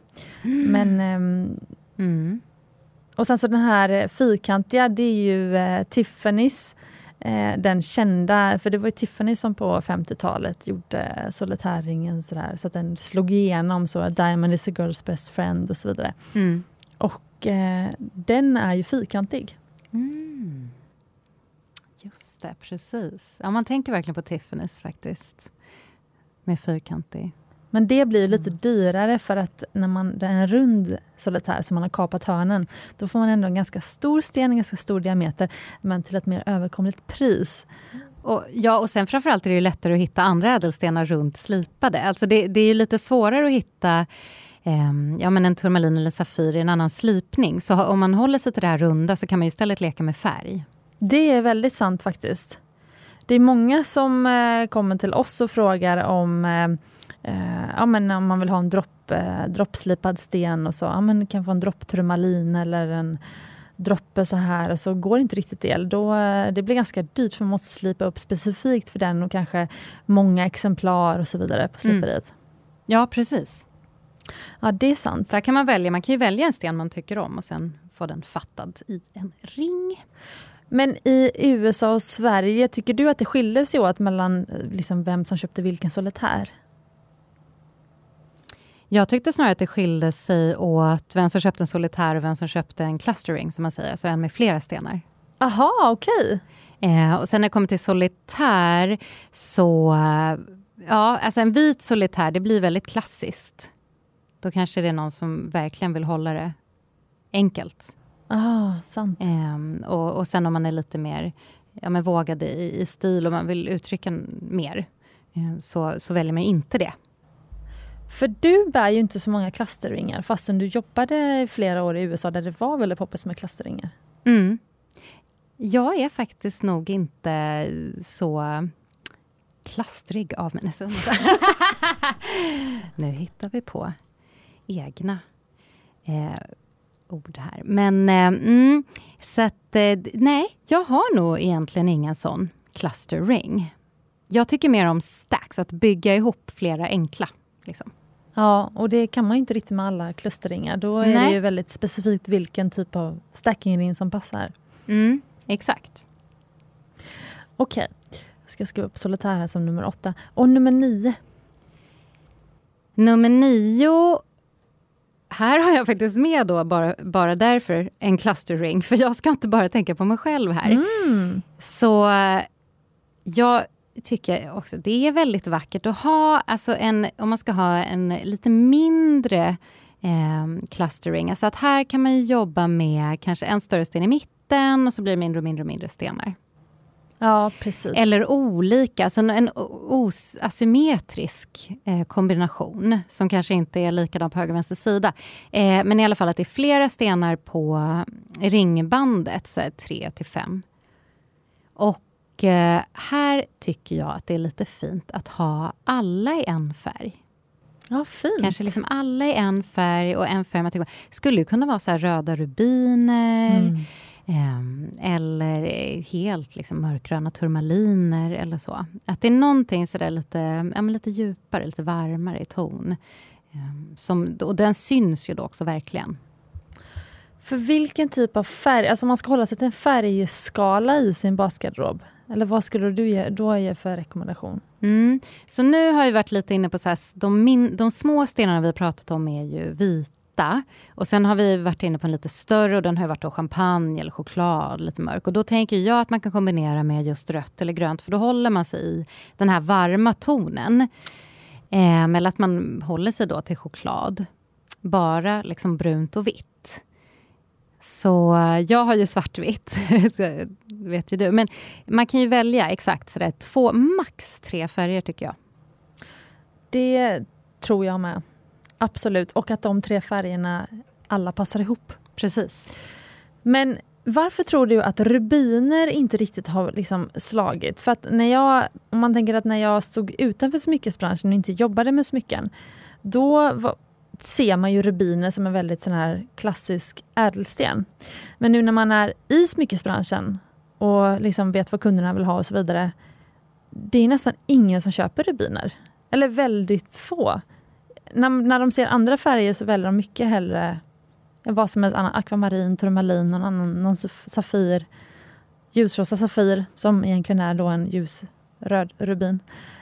Men och sen så den här fyrkantiga, det är ju Tiffany's, den kända, för det var ju Tiffany som på 50-talet gjorde solitärringen sådär, så att den slog igenom, så Diamond is a girl's best friend och så vidare. Och den är ju fyrkantig. Just det, precis. Ja, man tänker verkligen på Tiffany's faktiskt. Med fyrkantig. Men det blir lite dyrare, för att när det är en rund solitär som man har kapat hörnen, då får man ändå en ganska stor sten, en ganska stor diameter, men till ett mer överkomligt pris. Och sen framförallt är det ju lättare att hitta andra ädelstenar runt slipade. Alltså det är ju lite svårare att hitta en turmalin eller safir i en annan slipning. Så om man håller sig till det här runda, så kan man ju istället leka med färg. Det är väldigt sant faktiskt. Det är många som kommer till oss och frågar om om man vill ha en droppslipad sten och så. Ja, men kan få en droppturmalin eller en droppe så här, och så går det inte riktigt det. Det blir ganska dyrt, för man måste slipa upp specifikt för den och kanske många exemplar och så vidare på sliperiet. Ja, precis. Ja, det är sant. Så här kan man välja. Man kan ju välja en sten man tycker om och sen få den fattad i en ring. Men i USA och Sverige, tycker du att det skiljer sig åt mellan liksom vem som köpte vilken solitär? Jag tyckte snarare att det skilde sig åt vem som köpte en solitär och vem som köpte en clustering, som man säger. Alltså en med flera stenar. Aha, okej. Och sen när det kommer till solitär så... Ja, alltså en vit solitär, det blir väldigt klassiskt. Då kanske det är någon som verkligen vill hålla det enkelt. Sant. Och sen om man är lite mer vågad i stil och man vill uttrycka mer, så väljer man inte det. För du bär ju inte så många klasterringar fastän du jobbade flera år i USA där det var väldigt poppis med klasterringar. Mm. Jag är faktiskt nog inte så klastrig av mig. Nu hittar vi på egna ord här. Men så att nej, jag har nog egentligen ingen sån clusterring. Jag tycker mer om stacks, att bygga ihop flera enkla liksom. Ja, och det kan man ju inte riktigt med alla klusterringar. Då är det ju väldigt specifikt vilken typ av stackingring som passar. Exakt. Okej, jag ska skriva upp solitär här som nummer 8. Och nummer 9? Nummer 9, här har jag faktiskt med då bara därför en clusterring. För jag ska inte bara tänka på mig själv här. Så jag tycker också det är väldigt vackert att ha, alltså om man ska ha en lite mindre clustering. Alltså att här kan man jobba med kanske en större sten i mitten och så blir det mindre och mindre och mindre stenar. Ja, precis. Eller olika, alltså en asymmetrisk kombination som kanske inte är likadan på höger och vänster sida. Men i alla fall att det är flera stenar på ringbandet, så 3 till 5. Och här tycker jag att det är lite fint att ha alla i en färg. Ja, fint. Kanske liksom alla i en färg och en färg man tycker skulle ju kunna vara så här röda rubiner. Eller helt liksom mörkgröna turmaliner eller så. Att det är någonting så där lite djupare, lite varmare i ton. Och den syns ju då också verkligen. För vilken typ av färg, alltså man ska hålla sig till en färgskala i sin basgarderob. Eller vad skulle du då ge för rekommendation? Så nu har jag varit lite inne på så här, de små stenarna vi har pratat om är ju vita. Och sen har vi varit inne på en lite större och den har varit då champagne eller choklad, lite mörk. Och då tänker jag att man kan kombinera med just rött eller grönt, för då håller man sig i den här varma tonen. Eller att man håller sig då till choklad. Bara liksom brunt och vitt. Så jag har ju svartvitt, det vet ju du. Men man kan ju välja exakt sådär 2, max 3 färger tycker jag. Det tror jag med. Absolut. Och att de 3 färgerna alla passar ihop. Precis. Men varför tror du att rubiner inte riktigt har liksom slagit? För att om man tänker att när jag stod utanför smyckesbranschen och inte jobbade med smycken, då ser man ju rubiner som en väldigt sån här klassisk ädelsten. Men nu när man är i smyckesbranschen och liksom vet vad kunderna vill ha och så vidare, det är nästan ingen som köper rubiner. Eller väldigt få. När de ser andra färger så väljer de mycket hellre vad som är akvamarin, turmalin, någon safir, ljusrosa safir som egentligen är då en ljusröd rubin.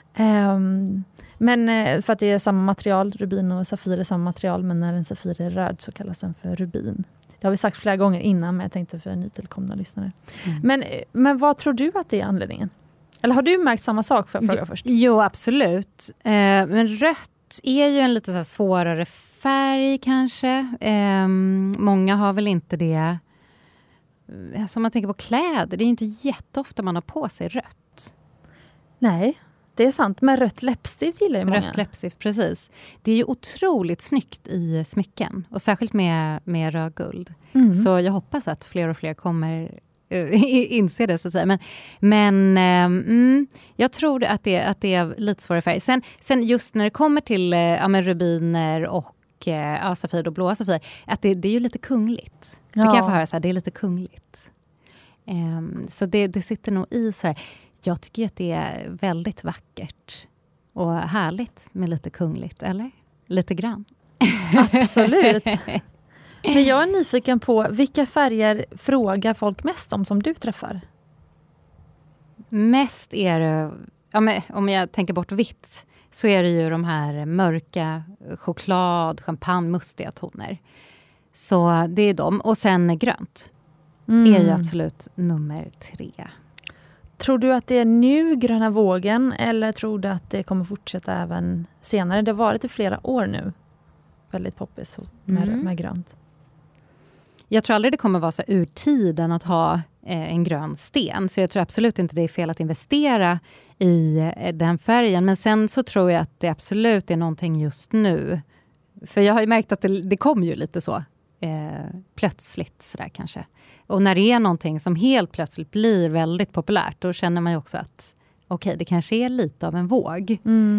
Men för att det är samma material, rubin och safir är samma material, men när en safir är röd så kallas den för rubin. Det har vi sagt flera gånger innan, men jag tänkte för nytillkomna lyssnare. Men vad tror du att det är anledningen? Eller har du märkt samma sak, för jag fråga först? Jo, absolut. Men rött är ju en lite så här svårare färg kanske. Många har väl inte det. Alltså om man tänker på kläder, det är inte jätteofta man har på sig rött. Nej, det är sant. Men rött läppstift gillar ju många. Rött läppstift, precis. Det är ju otroligt snyggt i smycken. Och särskilt med rödguld. Så jag hoppas att fler och fler kommer inse det, så att säga. Men jag tror att det är lite svårare färg. Sen just när det kommer till rubiner och safir och blåa safir, att det är ju lite kungligt. Det kan jag få höra så här, det är lite kungligt. Så det sitter nog i så här. Jag tycker att det är väldigt vackert och härligt med lite kungligt, eller? Lite grann. Absolut. Men jag är nyfiken på, vilka färger frågar folk mest om som du träffar? Mest är det, om jag tänker bort vitt, så är det ju de här mörka choklad, champagne, mustiga toner. Så det är de. Och sen grönt är ju absolut nummer 3. Tror du att det är nu gröna vågen, eller tror du att det kommer fortsätta även senare? Det har varit i flera år nu. Väldigt poppis med grönt. Jag tror aldrig det kommer vara så ur tiden att ha en grön sten. Så jag tror absolut inte det är fel att investera i den färgen. Men sen så tror jag att det absolut är någonting just nu. För jag har ju märkt att det kommer ju lite så plötsligt sådär kanske. Och när det är någonting som helt plötsligt blir väldigt populärt, då känner man ju också att okej, det kanske är lite av en våg.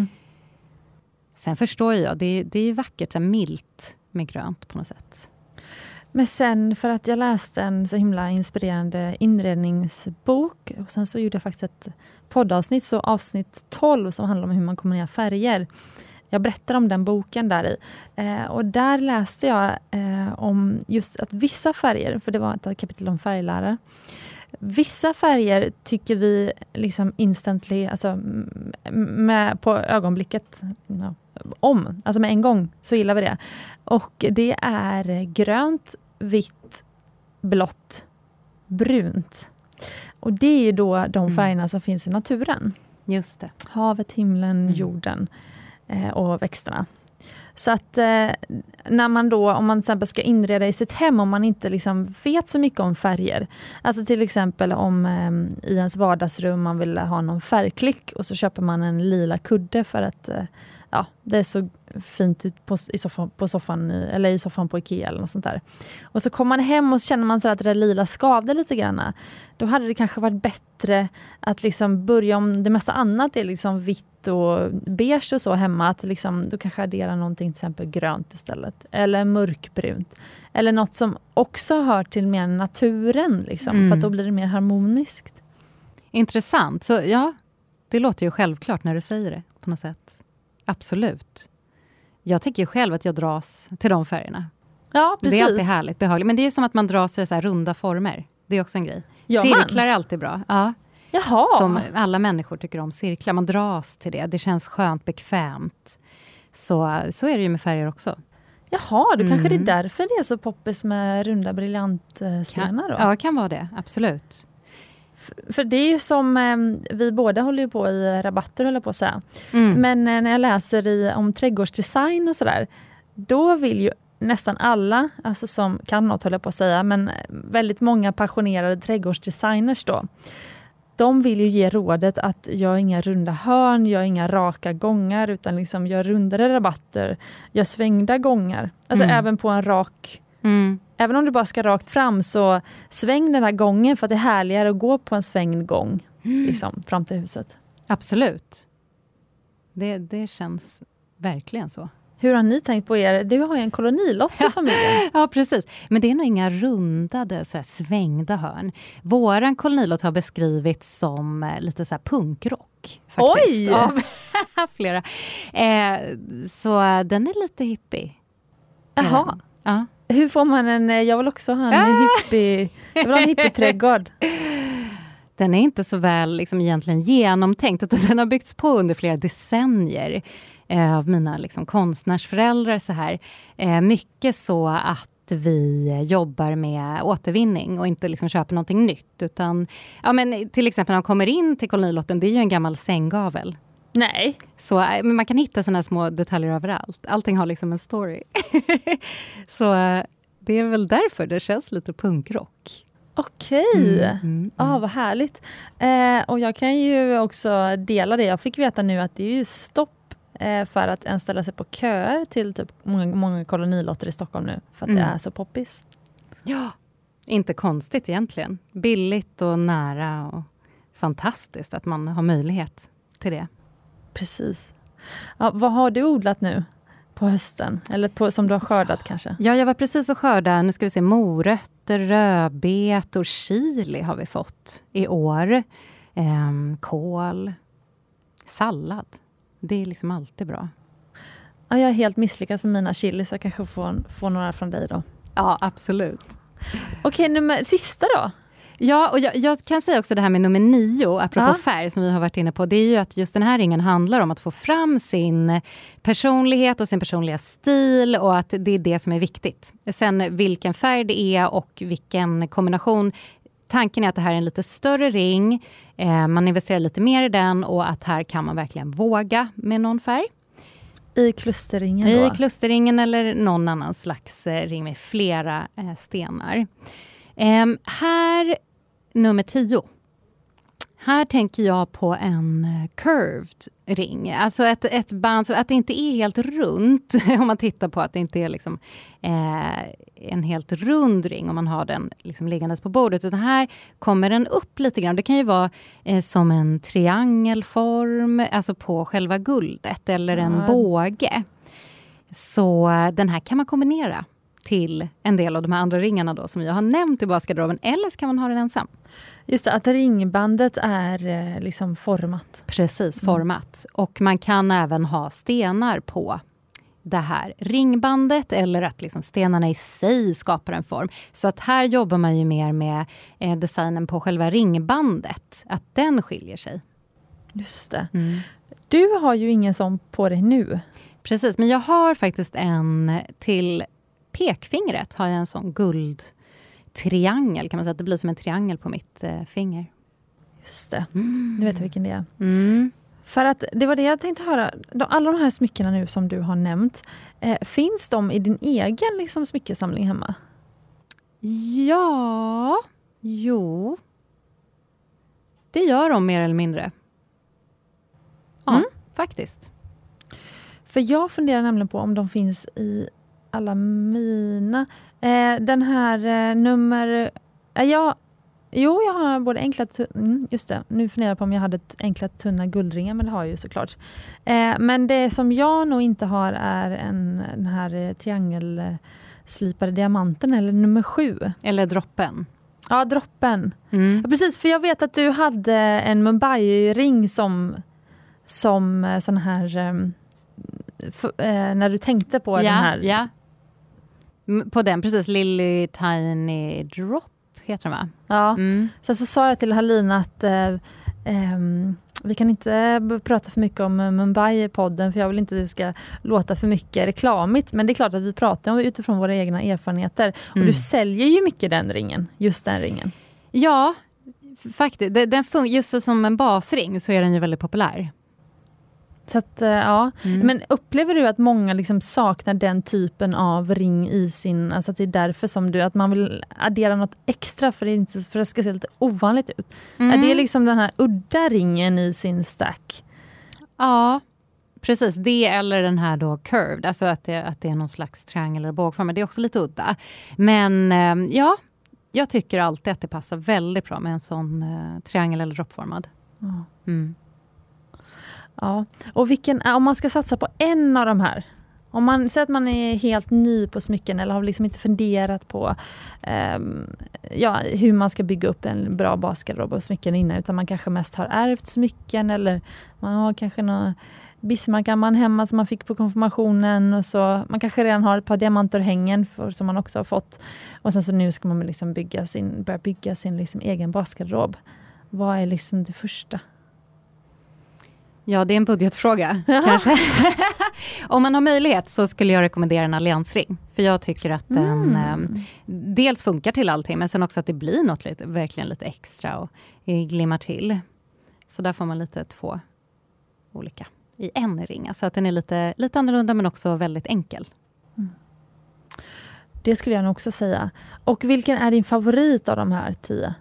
Sen förstår jag, det är ju vackert, så milt med grönt på något sätt. Men sen, för att jag läste en så himla inspirerande inredningsbok, och sen så gjorde jag faktiskt ett poddavsnitt, så avsnitt 12 som handlar om hur man kombinerar färger. Jag berättar om den boken där i. Och där läste jag om just att vissa färger, för det var ett kapitel om färglära. Vissa färger tycker vi liksom instantly, alltså på ögonblicket, alltså med en gång så gillar vi det. Och det är grönt, vitt, blått, brunt. Och det är ju då de färgerna som finns i naturen. Just det. Havet, himlen, jorden och växterna. Så att när man då, om man till exempel ska inreda i sitt hem, om man inte liksom vet så mycket om färger. Alltså till exempel om i ens vardagsrum man vill ha någon färgklick, och så köper man en lila kudde för att det är så fint ut på soffan eller i soffan på Ikea eller något sånt där. Och så kommer man hem och så känner man så att det där lila skavde lite grann. Då hade det kanske varit bättre att liksom börja, om det mesta annat är liksom vitt och beige och så hemma, att liksom, då kanske addera någonting till exempel grönt istället. Eller mörkbrunt. Eller något som också hör till mer naturen liksom, för att då blir det mer harmoniskt. Intressant. Så ja, det låter ju självklart när du säger det på något sätt. Absolut. Jag tycker ju själv att jag dras till de färgerna. Ja, precis. Det är alltid härligt, behagligt. Men det är ju som att man dras till så här runda former. Det är också en grej. Cirklar är alltid bra. Ja. Jaha. Som alla människor tycker om cirklar. Man dras till det. Det känns skönt, bekvämt. Så är det ju med färger också. Jaha, då kanske det är därför det är så poppis med runda briljantstenar då. Ja, kan vara det. Absolut. För det är ju som, vi båda håller ju på i rabatter, håller på att säga. Men när jag läser om trädgårdsdesign och sådär, då vill ju nästan alla, alltså som kan något, håller på att säga, men väldigt många passionerade trädgårdsdesigners då, de vill ju ge rådet att gör inga runda hörn, gör inga raka gångar, utan liksom gör rundare rabatter, gör svängda gångar. Alltså även på en rak... Även om du bara ska rakt fram, så sväng den här gången, för att det är härligare att gå på en svängd gång liksom, fram till huset. Absolut. Det känns verkligen så. Hur har ni tänkt på er? Du har ju en kolonilott i familjen. Ja, precis. Men det är nog inga rundade, så här, svängda hörn. Våran kolonilott har beskrivits som lite så här punkrock. Faktiskt, oj! Av flera. Så den är lite hippie. Jaha. Ja. Hur får man jag vill också ha en hippie, jag vill ha en hippieträdgård. Den är inte så väl liksom egentligen genomtänkt, utan den har byggts på under flera decennier av mina liksom konstnärsföräldrar så här. Mycket så att vi jobbar med återvinning och inte liksom köper någonting nytt, utan men till exempel när man kommer in till kolonilotten, det är ju en gammal sänggavel. Nej. Så men man kan hitta såna här små detaljer överallt. Allting har liksom en story. Så det är väl därför det känns lite punkrock. Okej. Vad härligt. Och jag kan ju också dela det. Jag fick veta nu att det är ju stopp för att ens ställa sig på köer till typ många kolonilotter i Stockholm nu. För att det är så poppis. Ja, inte konstigt egentligen. Billigt och nära och fantastiskt att man har möjlighet till det. Precis. Ja, vad har du odlat nu på hösten? Eller som du har skördat kanske? Ja, jag var precis och skörda. Nu ska vi se, morötter, rödbetor, chili har vi fått i år. Kål, sallad. Det är liksom alltid bra. Ja, jag är helt misslyckats med mina chili, så jag kanske får några från dig då. Ja, absolut. Okej, sista då? Ja, och jag kan säga också det här med nummer 9, apropå färg som vi har varit inne på. Det är ju att just den här ringen handlar om att få fram sin personlighet och sin personliga stil, och att det är det som är viktigt. Sen vilken färg det är och vilken kombination. Tanken är att det här är en lite större ring. Man investerar lite mer i den, och att här kan man verkligen våga med någon färg. I klusterringen då? I klusterringen eller någon annan slags ring med flera stenar. Här, nummer 10. Här tänker jag på en curved ring. Alltså ett band, så att det inte är helt runt. Om man tittar på att det inte är liksom, en helt rund ring om man har den liksom liggandes på bordet. Utan här kommer den upp lite grann. Det kan ju vara som en triangelform, alltså på själva guldet. Eller en båge. Så den här kan man kombinera till en del av de här andra ringarna då, som jag har nämnt i basgarderoben. Eller så kan man ha den ensam. Just det, att ringbandet är liksom format. Precis, format. Och man kan även ha stenar på det här ringbandet. Eller att liksom stenarna i sig skapar en form. Så att här jobbar man ju mer med designen på själva ringbandet. Att den skiljer sig. Just det. Du har ju ingen sån på dig nu. Precis, men jag har faktiskt en till pekfingret. Har jag en sån guldtriangel, kan man säga, att det blir som en triangel på mitt finger. Just det, du vet vilken det är. För att det var det jag tänkte höra. Alla de här smyckena nu som du har nämnt, finns de i din egen liksom, smyckesamling hemma? Ja, jo. Det gör de mer eller mindre. Ja, faktiskt. För jag funderar nämligen på om de finns i alla mina. Den här nummer... jag har både enkla... just det, nu funderar jag på om jag hade enkla tunna guldringar, men det har jag ju såklart. Men det som jag nog inte har är den här triangelslipade diamanten, eller nummer 7. Eller droppen. Ja, droppen. Ja, precis, för jag vet att du hade en Mumbai-ring som sån här... när du tänkte på den här... Ja. På den, precis. Lily Tiny Drop heter den, va? Ja. Sen så sa jag till Halina att vi kan inte prata för mycket om Mumbai i podden, för jag vill inte att det ska låta för mycket reklamigt. Men det är klart att vi pratar om utifrån våra egna erfarenheter. Och du säljer ju mycket just den ringen. Ja, faktiskt. Just som en basring så är den ju väldigt populär. Så att, ja. Men upplever du att många liksom saknar den typen av ring i sin... Alltså att det är därför som att man vill addera något extra för att det ska se lite ovanligt ut. Är det liksom den här udda ringen i sin stack? Ja, precis. Det eller den här då curved. Alltså att det är någon slags triangel eller bågform. Det är också lite udda. Men ja, jag tycker alltid att det passar väldigt bra med en sån triangel eller droppformad. Ja, och om man ska satsa på en av de här, om man säger att man är helt ny på smycken eller har liksom inte funderat på hur man ska bygga upp en bra basgarderob och smycken innan, utan man kanske mest har ärvt smycken, eller man har kanske någon Bismarck-gamman hemma som man fick på konfirmationen, och så man kanske redan har ett par diamanter som man också har fått, och sen så nu ska man liksom börja bygga sin liksom egen basgarderob. Vad är liksom det första? Ja, det är en budgetfråga, kanske. Om man har möjlighet så skulle jag rekommendera en alliansring. För jag tycker att den dels funkar till allting, men sen också att det blir något verkligen lite extra och glimmar till. Så där får man lite 2 olika i en ring. Så att den är lite annorlunda, men också väldigt enkel. Det skulle jag nog också säga. Och vilken är din favorit av de här 10?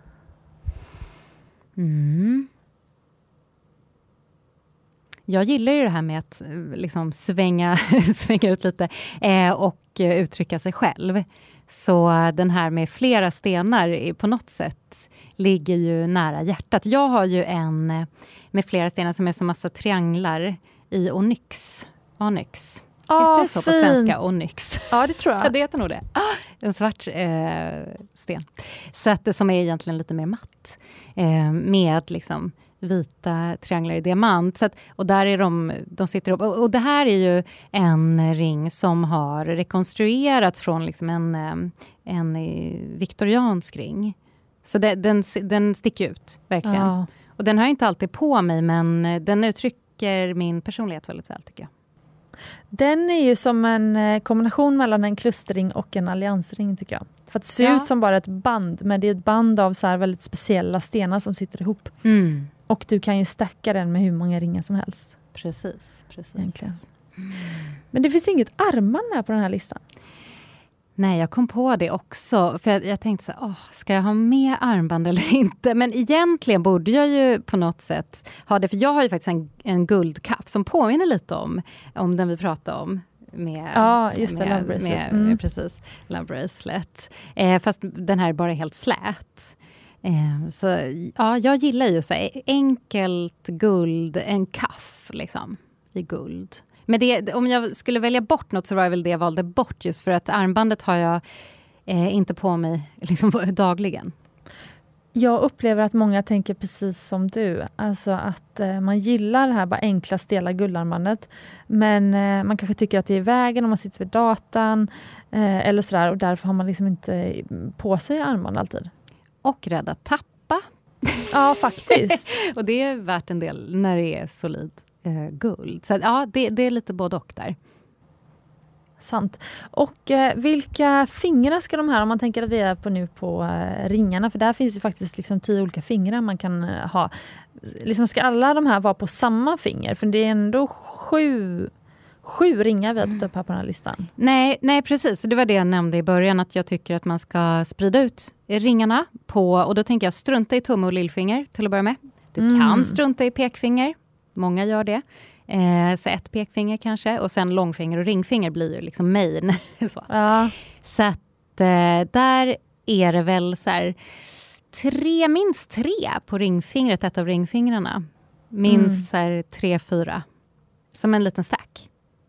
Jag gillar ju det här med att liksom svänga ut lite och uttrycka sig själv. Så den här med flera stenar på något sätt ligger ju nära hjärtat. Jag har ju en med flera stenar som är så massa trianglar i onyx. Heter det så på svenska? Onyx. Ja, det tror jag. Ja, det heter nog det. En svart sten. Så att, som är egentligen lite mer matt. Med liksom vita trianglar i diamant. Så att, och där är de sitter ihop. Och det här är ju en ring som har rekonstruerats från liksom en viktoriansk ring. Så den sticker ut, verkligen. Ja. Och den har jag inte alltid på mig, men den uttrycker min personlighet väldigt väl, tycker jag. Den är ju som en kombination mellan en klusterring och en alliansring, tycker jag. För att det ser ut som bara ett band, men det är ett band av så här väldigt speciella stenar som sitter ihop. Och du kan ju stacka den med hur många ringar som helst. Precis. Egentligen. Men det finns inget armband med på den här listan. Nej, jag kom på det också. För jag tänkte så här, ska jag ha med armband eller inte? Men egentligen borde jag ju på något sätt ha det. För jag har ju faktiskt en guldkaff som påminner lite om den vi pratade om. Just det, Love Bracelet. Precis, Love Bracelet. Fast den här är bara helt slät. Så ja, jag gillar ju så här, enkelt guld, en kaff liksom, i guld. Men om jag skulle välja bort något så var det väl det jag valde bort, just för att armbandet har jag inte på mig liksom dagligen. Jag upplever att många tänker precis som du. Alltså att man gillar det här bara enkla, stela guldarmbandet. Men man kanske tycker att det är i vägen om man sitter vid datan eller sådär. Och därför har man liksom inte på sig armband alltid. Och rädd att tappa. Ja, faktiskt. Och det är värt en del när det är solid guld. Så ja, det är lite både och där. Sant. Och vilka fingrar ska de här, om man tänker att vi är nu på ringarna, för där finns ju faktiskt liksom 10 olika fingrar man kan ha. Liksom ska alla de här vara på samma finger? För det är ändå 7 ringar vi har tagit upp här på den här listan. Nej, precis. Det var det jag nämnde i början, att jag tycker att man ska sprida ut ringarna på, och då tänker jag strunta i tumme och lillfinger till att börja med. Du kan strunta i pekfinger. Många gör det. Så ett pekfinger kanske. Och sen långfinger och ringfinger blir ju liksom main. Så. Ja. Så att där är det väl så här minst 3 på ringfingret, ett av ringfingrarna. Minst så här 3-4. Som en liten stack.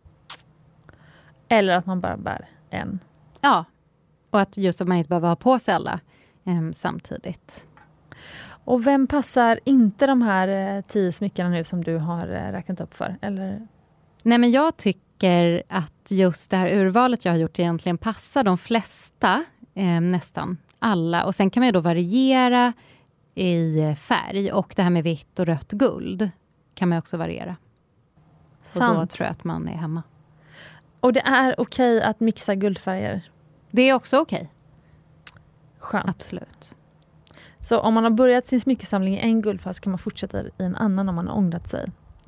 Eller att man bara bär en. Ja. Och att just att man inte behöver ha på sig alla samtidigt. Och vem passar inte de här 10 smyckena nu som du har räknat upp för? Eller? Nej, men jag tycker att just det här urvalet jag har gjort egentligen passar de flesta, nästan alla. Och sen kan man ju då variera i färg, och det här med vitt och rött guld kan man också variera. Sant. Och då tror jag att man är hemma. Och det är okej att mixa guldfärger? Det är också okej. Skönt. Absolut. Så om man har börjat sin smyckesamling i en guldfärg, kan man fortsätta i en annan om man har ångrat sig.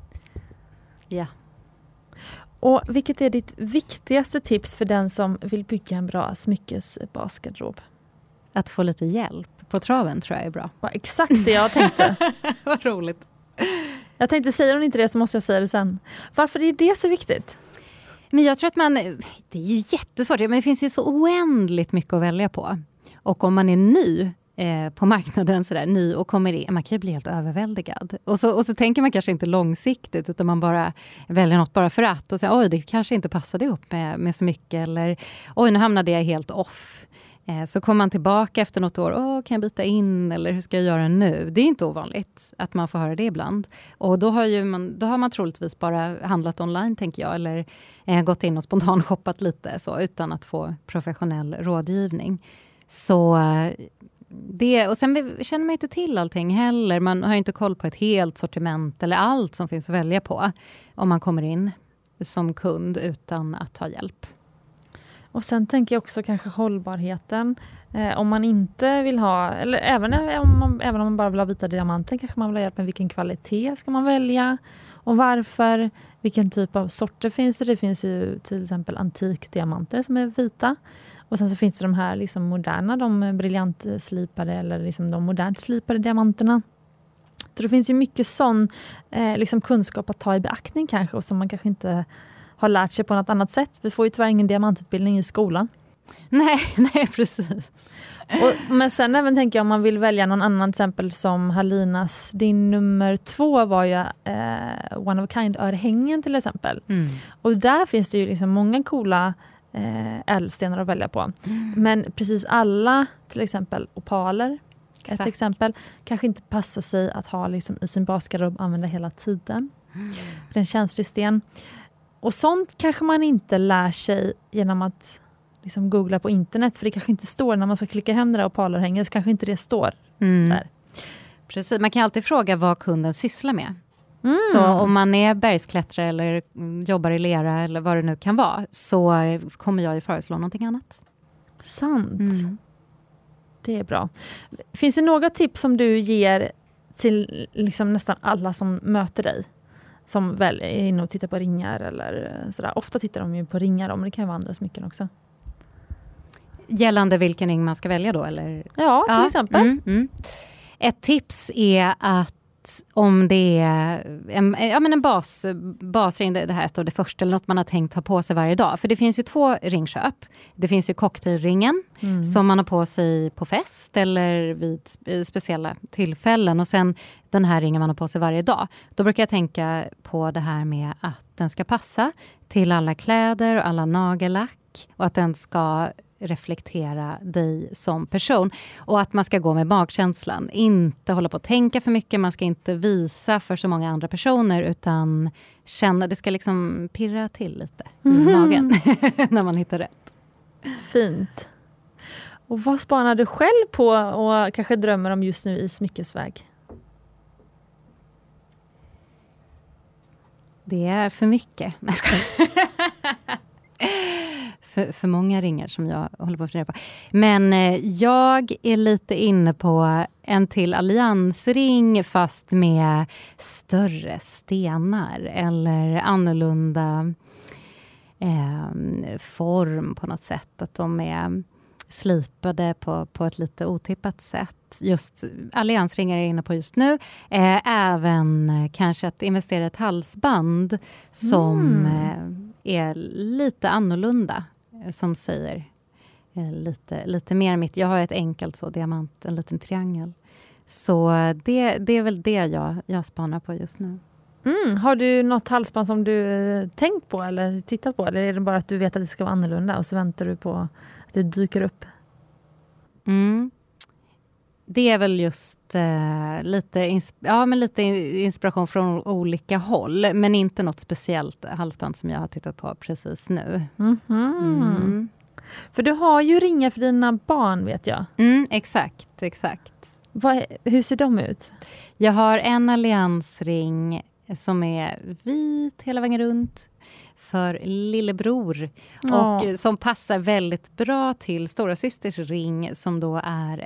Ja. Och vilket är ditt viktigaste tips för den som vill bygga en bra smyckesbasgarderob? Att få lite hjälp på traven tror jag är bra. Ja, exakt det jag tänkte. Vad roligt. Jag tänkte, säger hon inte det så måste jag säga det sen. Varför är det så viktigt? Men jag tror att det är ju jättesvårt, men det finns ju så oändligt mycket att välja på. Och om man är ny på marknaden sådär, ny och kommer in, man kan ju bli helt överväldigad. Och så tänker man kanske inte långsiktigt, utan man bara väljer något bara för att. Och säger, oj, det kanske inte passade ihop med så mycket. Eller, oj, nu hamnade jag helt off. Så kommer man tillbaka efter något år, kan jag byta in eller hur ska jag göra nu? Det är inte ovanligt att man får höra det ibland. Och då har man troligtvis bara handlat online, tänker jag, eller gått in och spontant shoppat lite så, utan att få professionell rådgivning. Så och sen känner man inte till allting heller. Man har inte koll på ett helt sortiment eller allt som finns att välja på om man kommer in som kund utan att ha hjälp. Och sen tänker jag också kanske hållbarheten. Om man inte vill ha, eller även om man bara vill ha vita diamanter, kanske man vill ha hjälp med vilken kvalitet ska man välja och varför, vilken typ av sorter finns det. Det finns ju till exempel antikdiamanter som är vita. Och sen så finns det de här liksom moderna, de briljantslipade eller liksom de modernt slipade diamanterna. Så det finns ju mycket sån liksom kunskap att ta i beaktning kanske, och som man kanske inte har lärt sig på något annat sätt. Vi får ju tyvärr ingen diamantutbildning i skolan. Nej, precis. Men sen även tänker jag, om man vill välja någon annan, till exempel som Halinas, din nummer 2 var ju One of a Kind-örhängen till exempel. Och där finns det ju liksom många coola ädelstenar att välja på. Men precis alla, till exempel opaler, ett exempel, kanske inte passar sig att ha liksom i sin basgarderob, använda hela tiden. För det är en känslig sten. Och sånt kanske man inte lär sig genom att liksom googla på internet, för det kanske inte står när man ska klicka hem det där opalerhänget, så kanske inte det står där. Precis, man kan alltid fråga vad kunden sysslar med. Så om man är bergsklättrare eller jobbar i lera eller vad det nu kan vara, så kommer jag ju föreslå någonting annat. Sant. Det är bra. Finns det några tips som du ger till liksom nästan alla som möter dig? som väl är inne och tittar på ringar eller sådär. Ofta tittar de ju på ringar men det kan ju vara andra smycken också. Gällande vilken ring man ska välja då? Eller? Ja, till exempel. Ett tips är att om det är en basring, det här är ett av det första eller något man har tänkt ha på sig varje dag. För det finns ju 2 ringköp. Det finns ju cocktailringen som man har på sig på fest eller vid speciella tillfällen. Och sen den här ringen man har på sig varje dag. Då brukar jag tänka på det här med att den ska passa till alla kläder och alla nagellack. Och att den ska reflektera dig som person. Och att man ska gå med magkänslan. Inte hålla på att tänka för mycket. Man ska inte visa för så många andra personer. Utan känna, det ska liksom pirra till lite i magen. När man hittar rätt. Fint. Och vad spanar du själv på och kanske drömmer om just nu i smyckesväg? Det är för mycket. För många ringar som jag håller på att fundera på. Men jag är lite inne på en till alliansring fast med större stenar eller annorlunda form på något sätt. Att de är slipade på ett lite otippat sätt. Just alliansringar är jag inne på just nu. Även kanske att investera i ett halsband som är lite annorlunda. Som säger lite mer mitt. Jag har ett enkelt diamant, en liten triangel. Så det är väl det jag spanar på just nu. Har du något halsband som du tänkt på eller tittat på? Eller är det bara att du vet att det ska vara annorlunda och så väntar du på att det dyker upp? Det är väl just lite inspiration från olika håll. Men inte något speciellt halsband som jag har tittat på precis nu. För du har ju ringar för dina barn, vet jag. Exakt. Hur ser de ut? Jag har en alliansring som är vit hela vägen runt för lillebror. Och som passar väldigt bra till stora systers ring som då är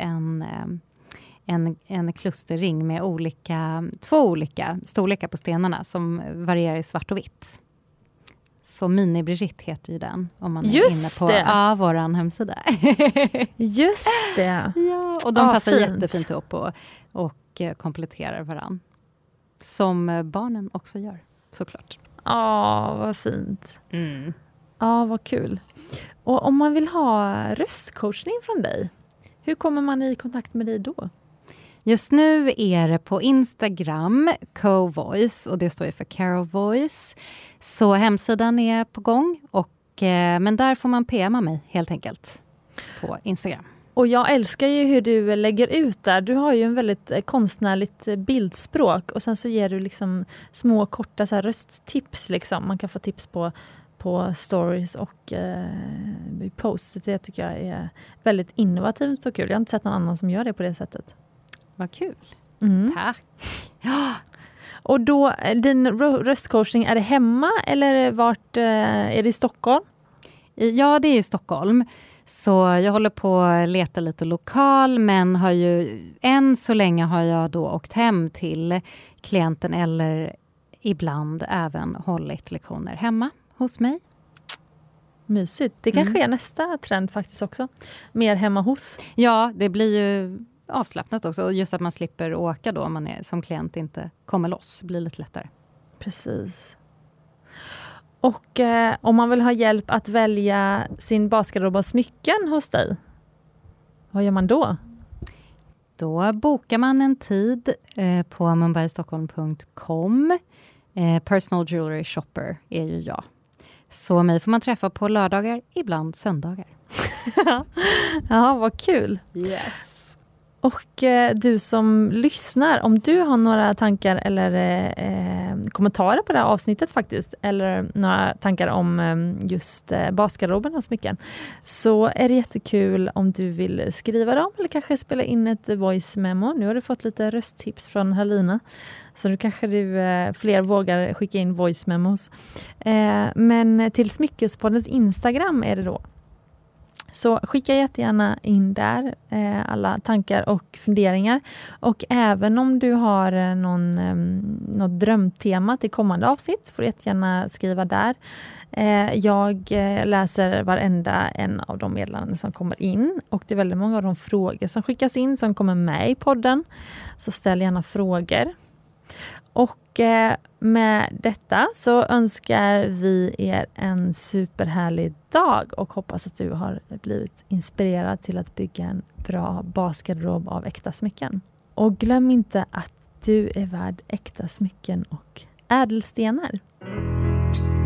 en klusterring med 2 olika storlekar på stenarna som varierar i svart och vitt. Så Mini Brigitte heter ju den om man är inne på våran hemsida. Just det. Ja, och de passar jättefint upp och kompletterar varann. Som barnen också gör, såklart. Vad fint. Vad kul. Och om man vill ha röstcoachning från dig, hur kommer man i kontakt med dig då? Just nu är det på Instagram, Co-Voice, och det står ju för Caro Voice. Så hemsidan är på gång, men där får man PMa mig helt enkelt på Instagram. Och jag älskar ju hur du lägger ut där. Du har ju en väldigt konstnärligt bildspråk och sen så ger du liksom små korta så här rösttips liksom. Man kan få tips på stories och posts. Det tycker jag är väldigt innovativt och kul. Jag har inte sett någon annan som gör det på det sättet. Vad kul. Tack. Ja. Och då, din röstcoaching, är det hemma eller vart är det i Stockholm? Ja, det är i Stockholm. Så jag håller på att leta lite lokal, men än så länge har jag då åkt hem till klienten eller ibland även hållit lektioner hemma hos mig. Mysigt. Det kanske är nästa trend faktiskt också. Mer hemma hos. Ja, det blir ju avslappnat också. Och just att man slipper åka då om man är som klient inte kommer loss. Det blir lite lättare. Precis. Och om man vill ha hjälp att välja sin basgarderob av smycken hos dig, vad gör man då? Då bokar man en tid på mumbaistockholm.com. Personal Jewelry Shopper är ju jag. Så mig får man träffa på lördagar, ibland söndagar. Ja, vad kul. Yes. Och du som lyssnar, om du har några tankar eller kommentarer på det här avsnittet faktiskt, eller några tankar om just basgarderoben och smycken, så är det jättekul om du vill skriva dem eller kanske spela in ett voice memo. Nu har du fått lite rösttips från Halina, så nu kanske fler vågar skicka in voice memos. Men till Smyckespoddens Instagram är det då. Så skicka jättegärna in där alla tankar och funderingar. Och även om du har något drömtema till kommande avsnitt får du jättegärna skriva där. Jag läser varenda en av de meddelanden som kommer in. Och det är väldigt många av de frågor som skickas in som kommer med i podden. Så ställ gärna frågor. Och med detta så önskar vi er en superhärlig dag och hoppas att du har blivit inspirerad till att bygga en bra basgarderob av äkta smycken. Och glöm inte att du är värd äkta smycken och ädelstenar.